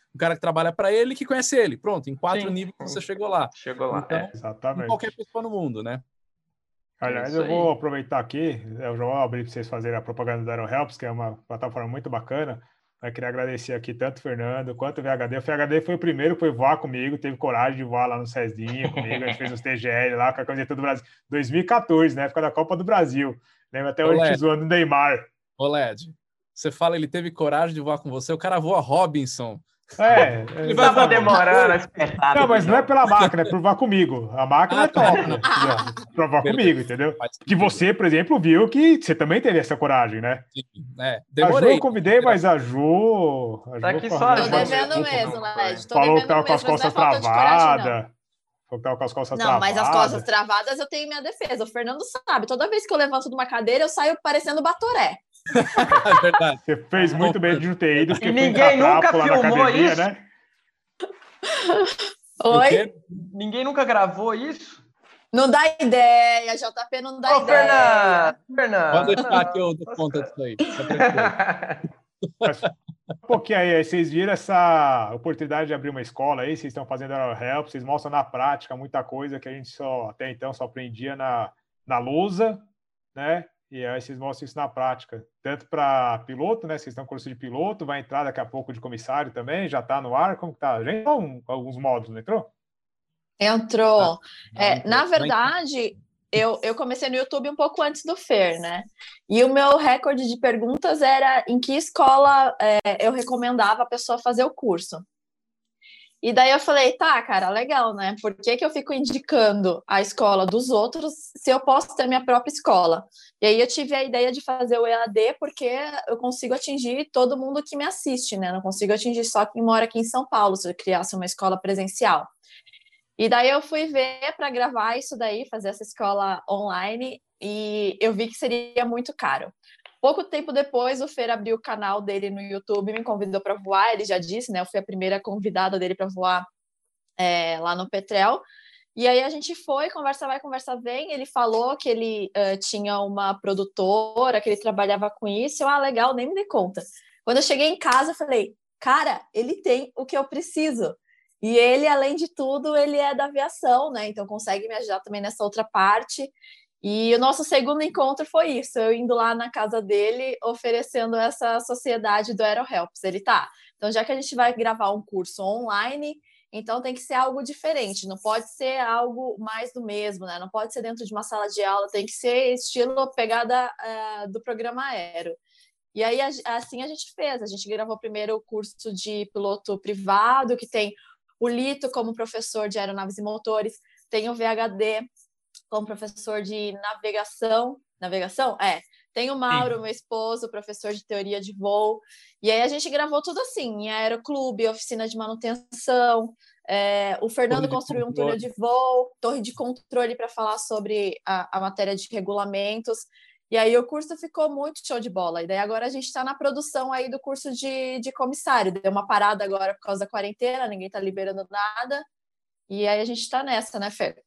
um cara que trabalha para ele que conhece ele. Pronto, em quatro Sim. níveis você chegou lá. Chegou lá, então, é. Exatamente. Qualquer pessoa no mundo, né? Aliás, eu vou aproveitar aqui, eu já vou abrir para vocês fazerem a propaganda do AeroHelps, que é uma plataforma muito bacana. Eu queria agradecer aqui tanto o Fernando quanto o V H D. O V H D foi o primeiro que foi voar comigo, teve coragem de voar lá no Cezinha comigo. A gente fez os T G L lá com a camiseta do Brasil. dois mil e quatorze, na época da Copa do Brasil. Lembra até hoje zoando o Neymar. Ô, Led, você fala ele teve coragem de voar com você, o cara voa Robinson. É, ele vai estar demorando a espetar. Não, mas não é pela máquina, é por voar comigo. A máquina ah, é top, né? Pra voar comigo, entendeu? Que você, por exemplo, viu que você também teve essa coragem, né? Sim, é, demorei. A Ju eu convidei, mas a Ju... A Ju tá aqui só. Tô devendo mesmo, Led. Falou que tava com as costas travadas. Falou que tava com as costas travadas. Não, mas as costas travadas eu tenho minha defesa. O Fernando sabe, toda vez que eu levanto de uma cadeira, eu saio parecendo Batoré. É verdade. Você fez muito bem de não ter ido, porque e ninguém nunca filmou academia, isso. Né? Oi? Ninguém nunca gravou isso? Não dá ideia, J P não dá Ô, ideia. Fernando, Fernando. Pode deixar que eu dou conta disso aí. Um pouquinho aí, vocês viram essa oportunidade de abrir uma escola aí, vocês estão fazendo AeroHelp, vocês mostram na prática muita coisa que a gente só até então só aprendia na, na lousa, né? E aí vocês mostram isso na prática, tanto para piloto, né? Vocês estão com curso de piloto, vai entrar daqui a pouco de comissário também, já está no ar, como que tá? Já entrou um, alguns módulos, não entrou? Entrou. Ah, é, entrou. Na verdade, eu, eu comecei no YouTube um pouco antes do Fer, né? E o meu recorde de perguntas era em que escola é, eu recomendava a pessoa fazer o curso. E daí eu falei, tá, cara, legal, né? Por que que eu fico indicando a escola dos outros se eu posso ter minha própria escola? E aí eu tive a ideia de fazer o E A D porque eu consigo atingir todo mundo que me assiste, né? Não consigo atingir só quem mora aqui em São Paulo, se eu criasse uma escola presencial. E daí eu fui ver para gravar isso daí, fazer essa escola online, e eu vi que seria muito caro. Pouco tempo depois, o Fer abriu o canal dele no YouTube e me convidou para voar. Ele já disse, né? Eu fui a primeira convidada dele para voar é, lá no Petrel. E aí a gente foi, conversa vai, conversa vem. Ele falou que ele uh, tinha uma produtora, que ele trabalhava com isso. Eu, ah, legal, nem me dei conta. Quando eu cheguei em casa, eu falei, cara, ele tem o que eu preciso. E ele, além de tudo, ele é da aviação, né? Então consegue me ajudar também nessa outra parte. E o nosso segundo encontro foi isso, eu indo lá na casa dele, oferecendo essa sociedade do AeroHelps. Ele tá, então já que a gente vai gravar um curso online, então tem que ser algo diferente, não pode ser algo mais do mesmo, né? Não pode ser dentro de uma sala de aula, tem que ser estilo pegada uh, do programa aero. E aí, assim a gente fez, a gente gravou primeiro o curso de piloto privado, que tem o Lito como professor de aeronaves e motores, tem o V H D como professor de navegação, navegação? É, tem o Mauro, Sim. meu esposo, professor de teoria de voo, e aí a gente gravou tudo assim, em aeroclube, oficina de manutenção, é, o Fernando construiu um túnel de voo, torre de controle para falar sobre a, a matéria de regulamentos, e aí o curso ficou muito show de bola, e daí agora a gente está na produção aí do curso de, de comissário, deu uma parada agora por causa da quarentena, ninguém está liberando nada, e aí a gente está nessa, né, Fer?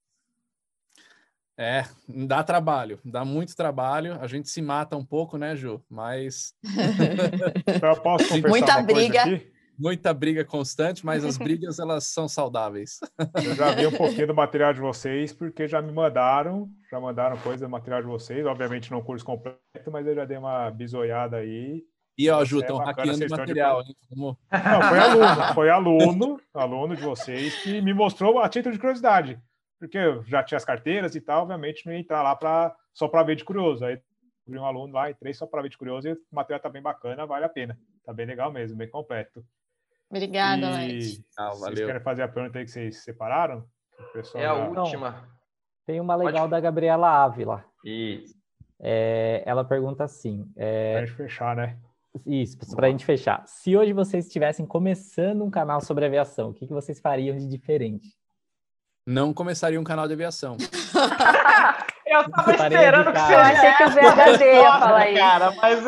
É, dá trabalho, dá muito trabalho. A gente se mata um pouco, né, Ju? Mas... Eu posso confessar Muita uma briga. Coisa aqui? Muita briga constante, mas as brigas, elas são saudáveis. Eu já vi um pouquinho do material de vocês, porque já me mandaram, já mandaram coisa do material de vocês. Obviamente não curso completo, mas eu já dei uma bisoiada aí. E, ó, Ju, estão hackeando o material, hein? Como... Não, foi aluno, foi aluno, aluno de vocês, que me mostrou a título de curiosidade. Porque eu já tinha as carteiras e tal, obviamente não ia entrar lá pra, só para ver de curioso. Aí vi um aluno lá, entrei só para ver de curioso e o material tá bem bacana, vale a pena. Tá bem legal mesmo, bem completo. Obrigada, Led. Ah, vocês querem fazer a pergunta aí que vocês separaram? É a já... última. Tem uma legal Pode... da Gabriela Ávila. Isso. É, ela pergunta assim... É... Pra gente fechar, né? Isso, para a gente fechar. Se hoje vocês estivessem começando um canal sobre aviação, o que, que vocês fariam de diferente? Não começaria um canal de aviação. Eu tava esperando que você... Eu achei que o V H D ia falar isso. Cara, mas...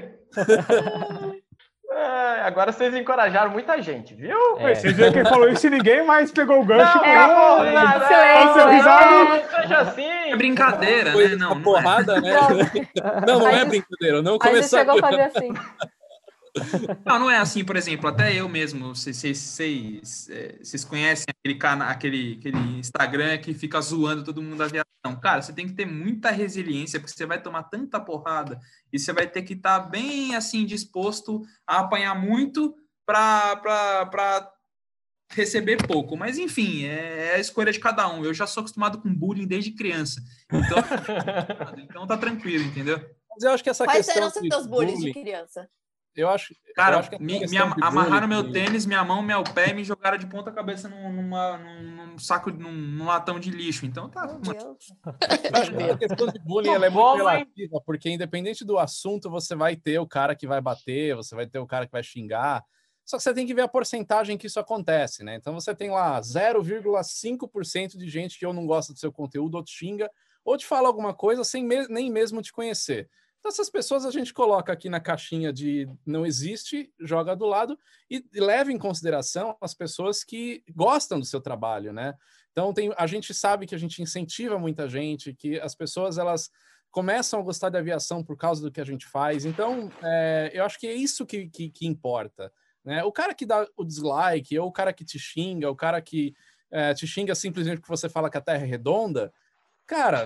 é, agora vocês encorajaram muita gente, viu? É. Vocês viram quem falou isso e ninguém mais pegou o gancho. Não, não, não, não, não, seja assim. É brincadeira, né? Não, não porrada, é. né? Não, não é brincadeira. Não começou a gente chegou a fazer assim. Não, não é assim, por exemplo, até eu mesmo, vocês, vocês, vocês conhecem aquele, cana, aquele, aquele Instagram que fica zoando todo mundo da aviação. Cara, você tem que ter muita resiliência, porque você vai tomar tanta porrada e você vai ter que estar bem, assim, disposto a apanhar muito para receber pouco. Mas, enfim, é, é a escolha de cada um. Eu já sou acostumado com bullying desde criança. Então, então tá tranquilo, entendeu? Mas eu acho que essa Quais questão eram os seus bullies de criança? Eu acho, cara, eu acho que me, me amarraram meu tênis, minha mão, meu pé e me jogaram de ponta cabeça num, numa, num, num saco, num, num latão de lixo. Então tá. Meu Deus. A questão de bullying ela é muito relativa, porque independente do assunto, você vai ter o cara que vai bater, você vai ter o cara que vai xingar. Só que você tem que ver a porcentagem que isso acontece, né? Então você tem lá zero vírgula cinco por cento de gente que ou não gosta do seu conteúdo, ou te xinga, ou te fala alguma coisa sem me- nem mesmo te conhecer. Então, essas pessoas a gente coloca aqui na caixinha de não existe, joga do lado e leva em consideração as pessoas que gostam do seu trabalho, né? Então, tem, a gente sabe que a gente incentiva muita gente, que as pessoas, elas começam a gostar de aviação por causa do que a gente faz. Então, é, eu acho que é isso que, que, que importa, né? O cara que dá o dislike, ou o cara que te xinga, o cara que é, te xinga simplesmente porque você fala que a Terra é redonda, cara...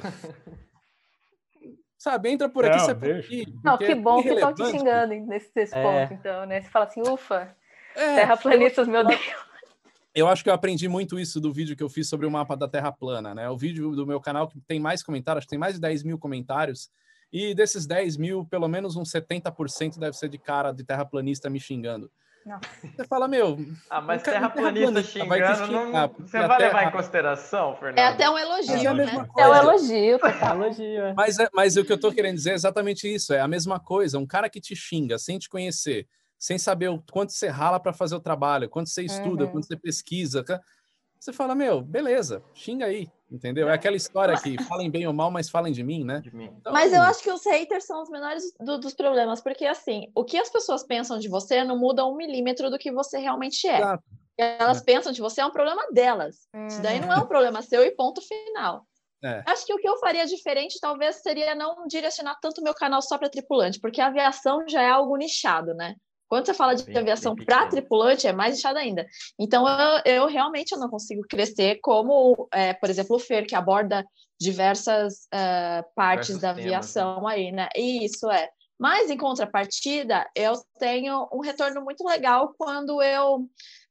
Sabe, entra por aqui, Não, você deixa. aqui, Não, que é bom que estão te irrelevante. xingando nesse, nesse É. ponto, então, né? Você fala assim, ufa, É, terraplanistas, meu Deus. eu acho que eu aprendi muito isso do vídeo que eu fiz sobre o mapa da Terra plana, né? O vídeo do meu canal que tem mais comentários, acho que tem mais de dez mil comentários, e desses dez mil, pelo menos uns setenta por cento deve ser de cara de terraplanista me xingando. Nossa. Você fala, meu... Ah, mas um cara- um terraplanista vai te xingando, não, xingar, porque você a vai levar Terra- em consideração, Fernando? É até um Mas elogio, é a né? mesma É um coisa. elogio, total. Elogio, é. Mas, é- mas o que eu tô querendo dizer é exatamente isso, é a mesma coisa. Um cara que te xinga sem te conhecer, sem saber o quanto você rala para fazer o trabalho, quanto você estuda, Uhum. quanto você pesquisa, ca- você fala, meu, beleza, xinga aí, entendeu? É aquela história que falem bem ou mal, mas falem de mim, né? De mim. Então, Mas eu acho que os haters são os menores do- dos problemas, porque assim, o que as pessoas pensam de você não muda um milímetro do que você realmente é. Exato. O que elas É. pensam de você é um problema delas. Isso daí não é um problema seu e ponto final. É. Acho que o que eu faria diferente talvez seria não direcionar tanto o meu canal só para tripulante, porque a aviação já é algo nichado, né? Quando você fala de Bem- aviação bem para pequeno. tripulante, é mais nichado ainda. Então, eu, eu realmente eu não consigo crescer como, é, por exemplo, o Fer, que aborda diversas é, partes Diversos da temas, aviação aí, né? Isso é. Mas, em contrapartida, eu tenho um retorno muito legal quando eu,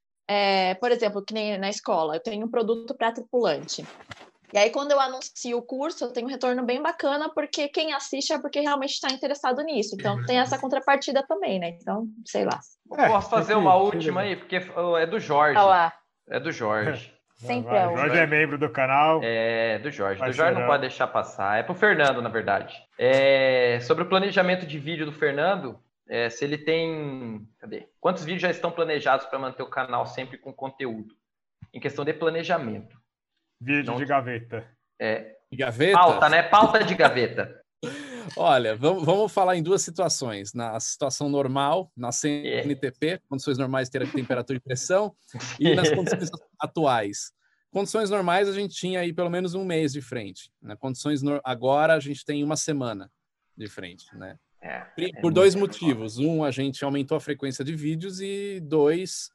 é, por exemplo, que nem na escola, eu tenho um produto para tripulante. E aí, quando eu anuncio o curso, eu tenho um retorno bem bacana, porque quem assiste é porque realmente está interessado nisso. Então, tem essa contrapartida também, né? Então, sei lá. É, Posso fazer tem que- uma tem que- última aí? Porque é do Jorge. Olha lá, É do Jorge. sempre Vai, é o o... Jorge é membro do canal. É do Jorge. Vai Do Jorge ser, não não. pode deixar passar. É pro Fernando, na verdade. É, sobre o planejamento de vídeo do Fernando, é, se ele tem... Cadê? Quantos vídeos já estão planejados para manter o canal sempre com conteúdo? Em questão de planejamento. Vídeo Não- de gaveta. É, Gaveta? pauta, né? Pauta de gaveta. Olha, vamos, vamos falar em duas situações. Na situação normal, na C N T P, condições normais de temperatura e pressão, e nas condições atuais. Condições normais, a gente tinha aí pelo menos um mês de frente. Né? Condições no... Agora, a gente tem uma semana de frente, né? É, Por é dois muito motivos. Um, a gente aumentou a frequência de vídeos e dois,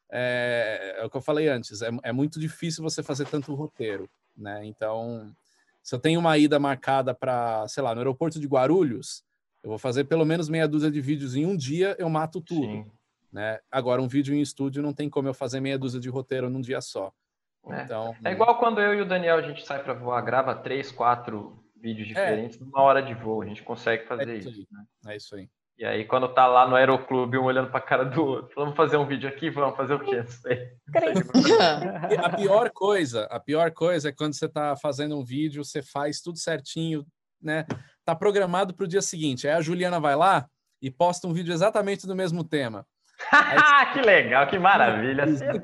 é, é o que eu falei antes, é, é muito difícil você fazer tanto roteiro, né? Então, se eu tenho uma ida marcada para, sei lá, no aeroporto de Guarulhos, eu vou fazer pelo menos meia dúzia de vídeos em um dia, eu mato tudo, Sim. né? Agora, um vídeo em estúdio não tem como eu fazer meia dúzia de roteiro num dia só. É. Então, É igual quando eu e o Daniel a gente sai para voar, grava três, quatro vídeos diferentes numa hora de voo. A gente consegue fazer É isso isso. aí. Né? é isso aí. E aí, quando tá lá no aeroclube, um olhando pra cara do outro, vamos fazer um vídeo aqui? Vamos fazer o quê? Não sei. E a pior coisa, a pior coisa é quando você está fazendo um vídeo, você faz tudo certinho, né? Tá programado para o dia seguinte. Aí a Juliana vai lá e posta um vídeo exatamente do mesmo tema. Que legal, que maravilha.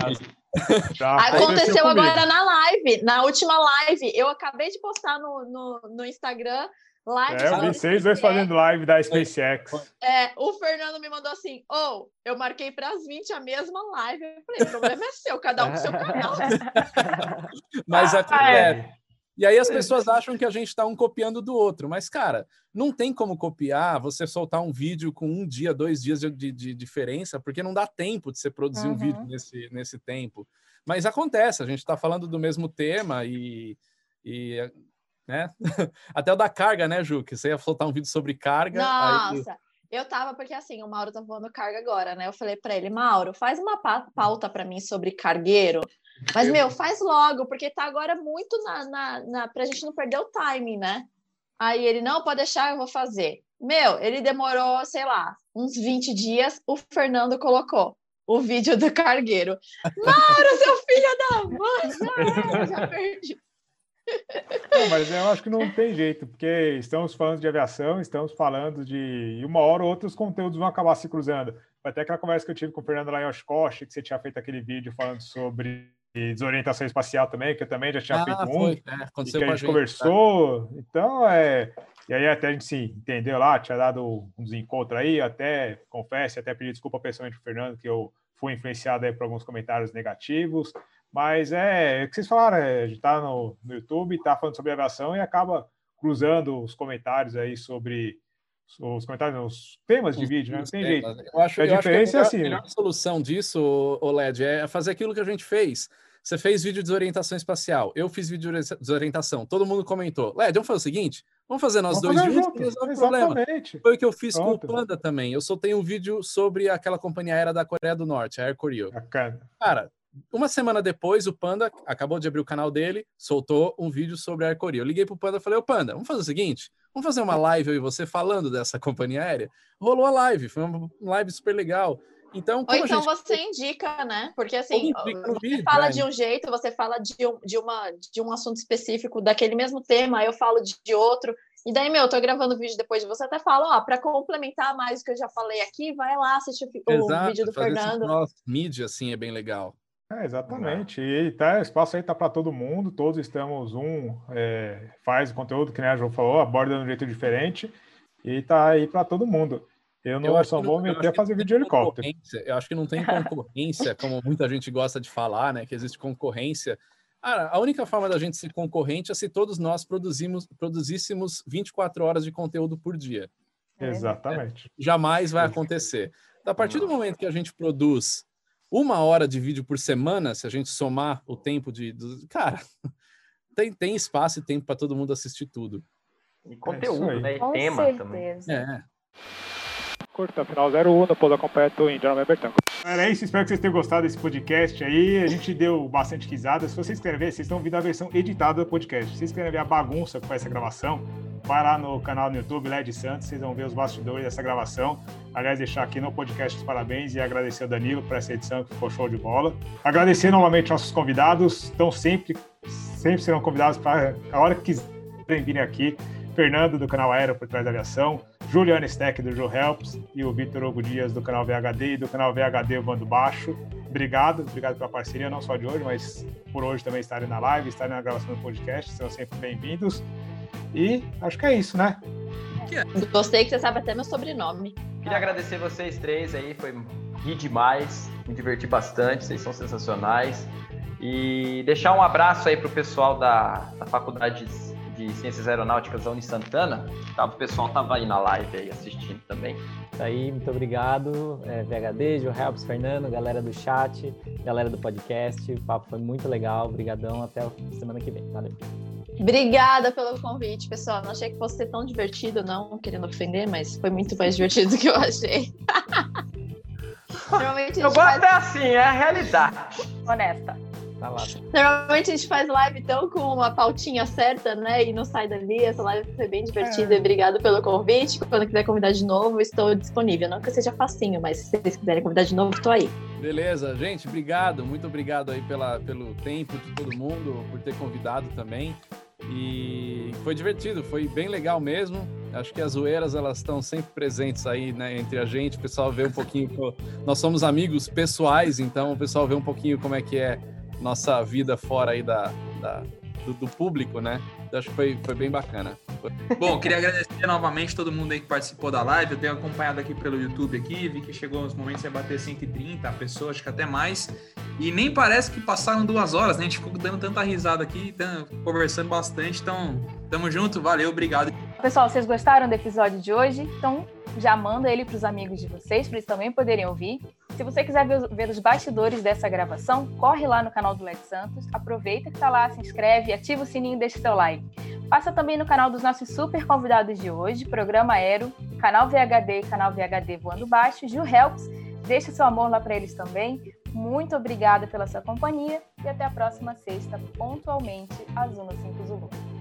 Já Aconteceu comigo. agora na live, na última live. Eu acabei de postar no, no, no Instagram. Live É, eu sobre vi vocês dois SpaceX. fazendo live da SpaceX. É, o Fernando me mandou assim, ou oh, eu marquei para as vinte a mesma live. Eu falei, o problema é seu, cada um com seu canal. Mas Ah, acontece. é. E aí as pessoas acham que a gente está um copiando do outro. Mas, cara, não tem como copiar você soltar um vídeo com um dia, dois dias de, de, de diferença, porque não dá tempo de você produzir uhum. um vídeo nesse, nesse tempo. Mas acontece, a gente está falando do mesmo tema e... e né? Até o da carga, né, Ju? Que você ia soltar um vídeo sobre carga. Nossa! Aí... Eu tava, porque assim, o Mauro tá falando carga agora, né? Eu falei pra ele, Mauro, faz uma pauta pra mim sobre cargueiro. Mas, meu, faz logo, porque tá agora muito na, na, na... pra gente não perder o timing, né? Aí ele, não, pode deixar, eu vou fazer. Meu, ele demorou, sei lá, uns vinte dias, o Fernando colocou o vídeo do cargueiro. Mauro, seu filho da mãe! Já, era, já perdi. Não, mas eu acho que não tem jeito, porque estamos falando de aviação, estamos falando de... E uma hora ou outra os conteúdos vão acabar se cruzando. Foi até aquela conversa que eu tive com o Fernando lá em Oshkosh, que você tinha feito aquele vídeo falando sobre desorientação espacial também, que eu também já tinha ah, feito um, é, e que a gente conversou. Tá? Então, é... E aí até a gente se entendeu lá, tinha dado uns encontros aí, até, confesso, até pedi desculpa pessoalmente pro Fernando, que eu fui influenciado aí por alguns comentários negativos. Mas é, é o que vocês falaram, é, a gente tá no, no YouTube, tá falando sobre aviação e acaba cruzando os comentários aí sobre os comentários, os temas de os, vídeo, né? Não tem temas. jeito. Eu acho, a eu diferença acho que a melhor, é assim. A melhor solução disso, o L E D, é fazer aquilo que a gente fez. Você fez vídeo de desorientação espacial, eu fiz vídeo de desorientação, todo mundo comentou. L E D, vamos fazer o seguinte, vamos fazer nós vamos dois juntos, não resolve o problema. Foi o que eu fiz Pronto. com o Panda também. Eu soltei um vídeo sobre aquela companhia aérea da Coreia do Norte, a Air Koryo. Bacana. Cara, uma semana depois, o Panda acabou de abrir o canal dele, soltou um vídeo sobre a Air Koryo. Eu liguei pro Panda e falei, ô Panda, vamos fazer o seguinte, vamos fazer uma live eu e você falando dessa companhia aérea? Rolou a live, foi uma live super legal. Então, Ou então gente... você indica, né? Porque assim, você vídeo, fala é. de um jeito, você fala de um, de, uma, de um assunto específico daquele mesmo tema, aí eu falo de, de outro. E daí, meu, eu tô gravando vídeo depois de você, até falo, ó, para complementar mais o que eu já falei aqui, vai lá assistir o, Exato, o vídeo do Fernando. Mídia, assim, é bem legal. É, exatamente. E tá, o espaço aí tá para todo mundo, todos estamos, um é, faz o conteúdo, que nem a João falou, aborda de um jeito diferente, e tá aí para todo mundo. Eu não eu só vou não, meter a fazer vídeo de helicóptero. Eu acho que não tem concorrência, como muita gente gosta de falar, né? Que existe concorrência. Ah, a única forma da gente ser concorrente é se todos nós produzimos, produzíssemos vinte e quatro horas de conteúdo por dia. Exatamente. É, jamais vai acontecer. A partir do momento que a gente produz uma hora de vídeo por semana, se a gente somar o tempo de... de cara, tem, tem espaço e tempo para todo mundo assistir tudo. E conteúdo, é né? E Com tema certeza. também. É. Curta, final zero um, no pouso completo, Indiana November Tango. Era isso, espero que vocês tenham gostado desse podcast aí. A gente deu bastante risada. Se vocês querem ver, vocês estão vendo a versão editada do podcast. Se vocês querem ver a bagunça que foi essa gravação, vai lá no canal no YouTube, L E D Santos, vocês vão ver os bastidores dessa gravação. Aliás, deixar aqui no podcast os parabéns e agradecer ao Danilo por essa edição que ficou show de bola. Agradecer novamente nossos convidados, estão sempre, sempre serão convidados para a hora que quiserem virem aqui. Fernando, do canal Aero por trás da aviação, Juliana Steck, do Joe Helps, e o Vitor Hugo Dias, do canal V H D, e do canal V H D, o Bando Baixo. Obrigado, obrigado pela parceria, não só de hoje, mas por hoje também estarem na live, estarem na gravação do podcast, são sempre bem-vindos. E acho que é isso, né? Gostei que você sabe até meu sobrenome. Queria agradecer vocês três aí, foi ri demais, me diverti bastante, vocês são sensacionais. E deixar um abraço aí pro pessoal da, da Faculdade de Ciências Aeronáuticas da Uni Santana. Tá, o pessoal tava aí na live aí assistindo também. Isso aí, muito obrigado. É, V H D, Joe Helps, Fernando, galera do chat, galera do podcast. O papo foi muito legal. Obrigadão. Até a semana que vem. Valeu. Obrigada pelo convite, pessoal. Não achei que fosse ser tão divertido, não querendo ofender, mas foi muito mais divertido do que eu achei. Normalmente eu gosto faz... é assim, é a realidade. Honesta. Tá lá. Normalmente a gente faz live então com uma pautinha certa, né? E não sai dali. Essa live foi bem divertida. É. Obrigado pelo convite. Quando quiser convidar de novo, estou disponível. Não que seja facinho, mas se vocês quiserem convidar de novo, estou aí. Beleza, gente. Obrigado. Muito obrigado aí pela, pelo tempo de todo mundo, por ter convidado também. E foi divertido, foi bem legal mesmo. Acho que as zoeiras, elas estão sempre presentes aí, né, entre a gente. O pessoal vê um pouquinho... Nós somos amigos pessoais, então o pessoal vê um pouquinho como é que é nossa vida fora aí da, da, do, do público, né? Então, acho que foi, foi bem bacana. Foi foi. Bom, queria agradecer novamente todo mundo aí que participou da live. Eu tenho acompanhado aqui pelo YouTube aqui, vi que chegou nos momentos de bater cento e trinta pessoas, acho que até mais. E nem parece que passaram duas horas, né? A gente ficou dando tanta risada aqui, conversando bastante. Então, tamo junto, valeu, obrigado. Pessoal, vocês gostaram do episódio de hoje? Então, já manda ele para os amigos de vocês, para eles também poderem ouvir. Se você quiser ver, ver os bastidores dessa gravação, corre lá no canal do Lex Santos, aproveita que tá lá, se inscreve, ativa o sininho e deixa seu like. Passa também no canal dos nossos super convidados de hoje, Programa Aero, Canal V H D, Canal V H D Voando Baixo, Gil Helps, deixa seu amor lá para eles também. Muito obrigada pela sua companhia e até a próxima sexta, pontualmente, às um no cinco Zulu.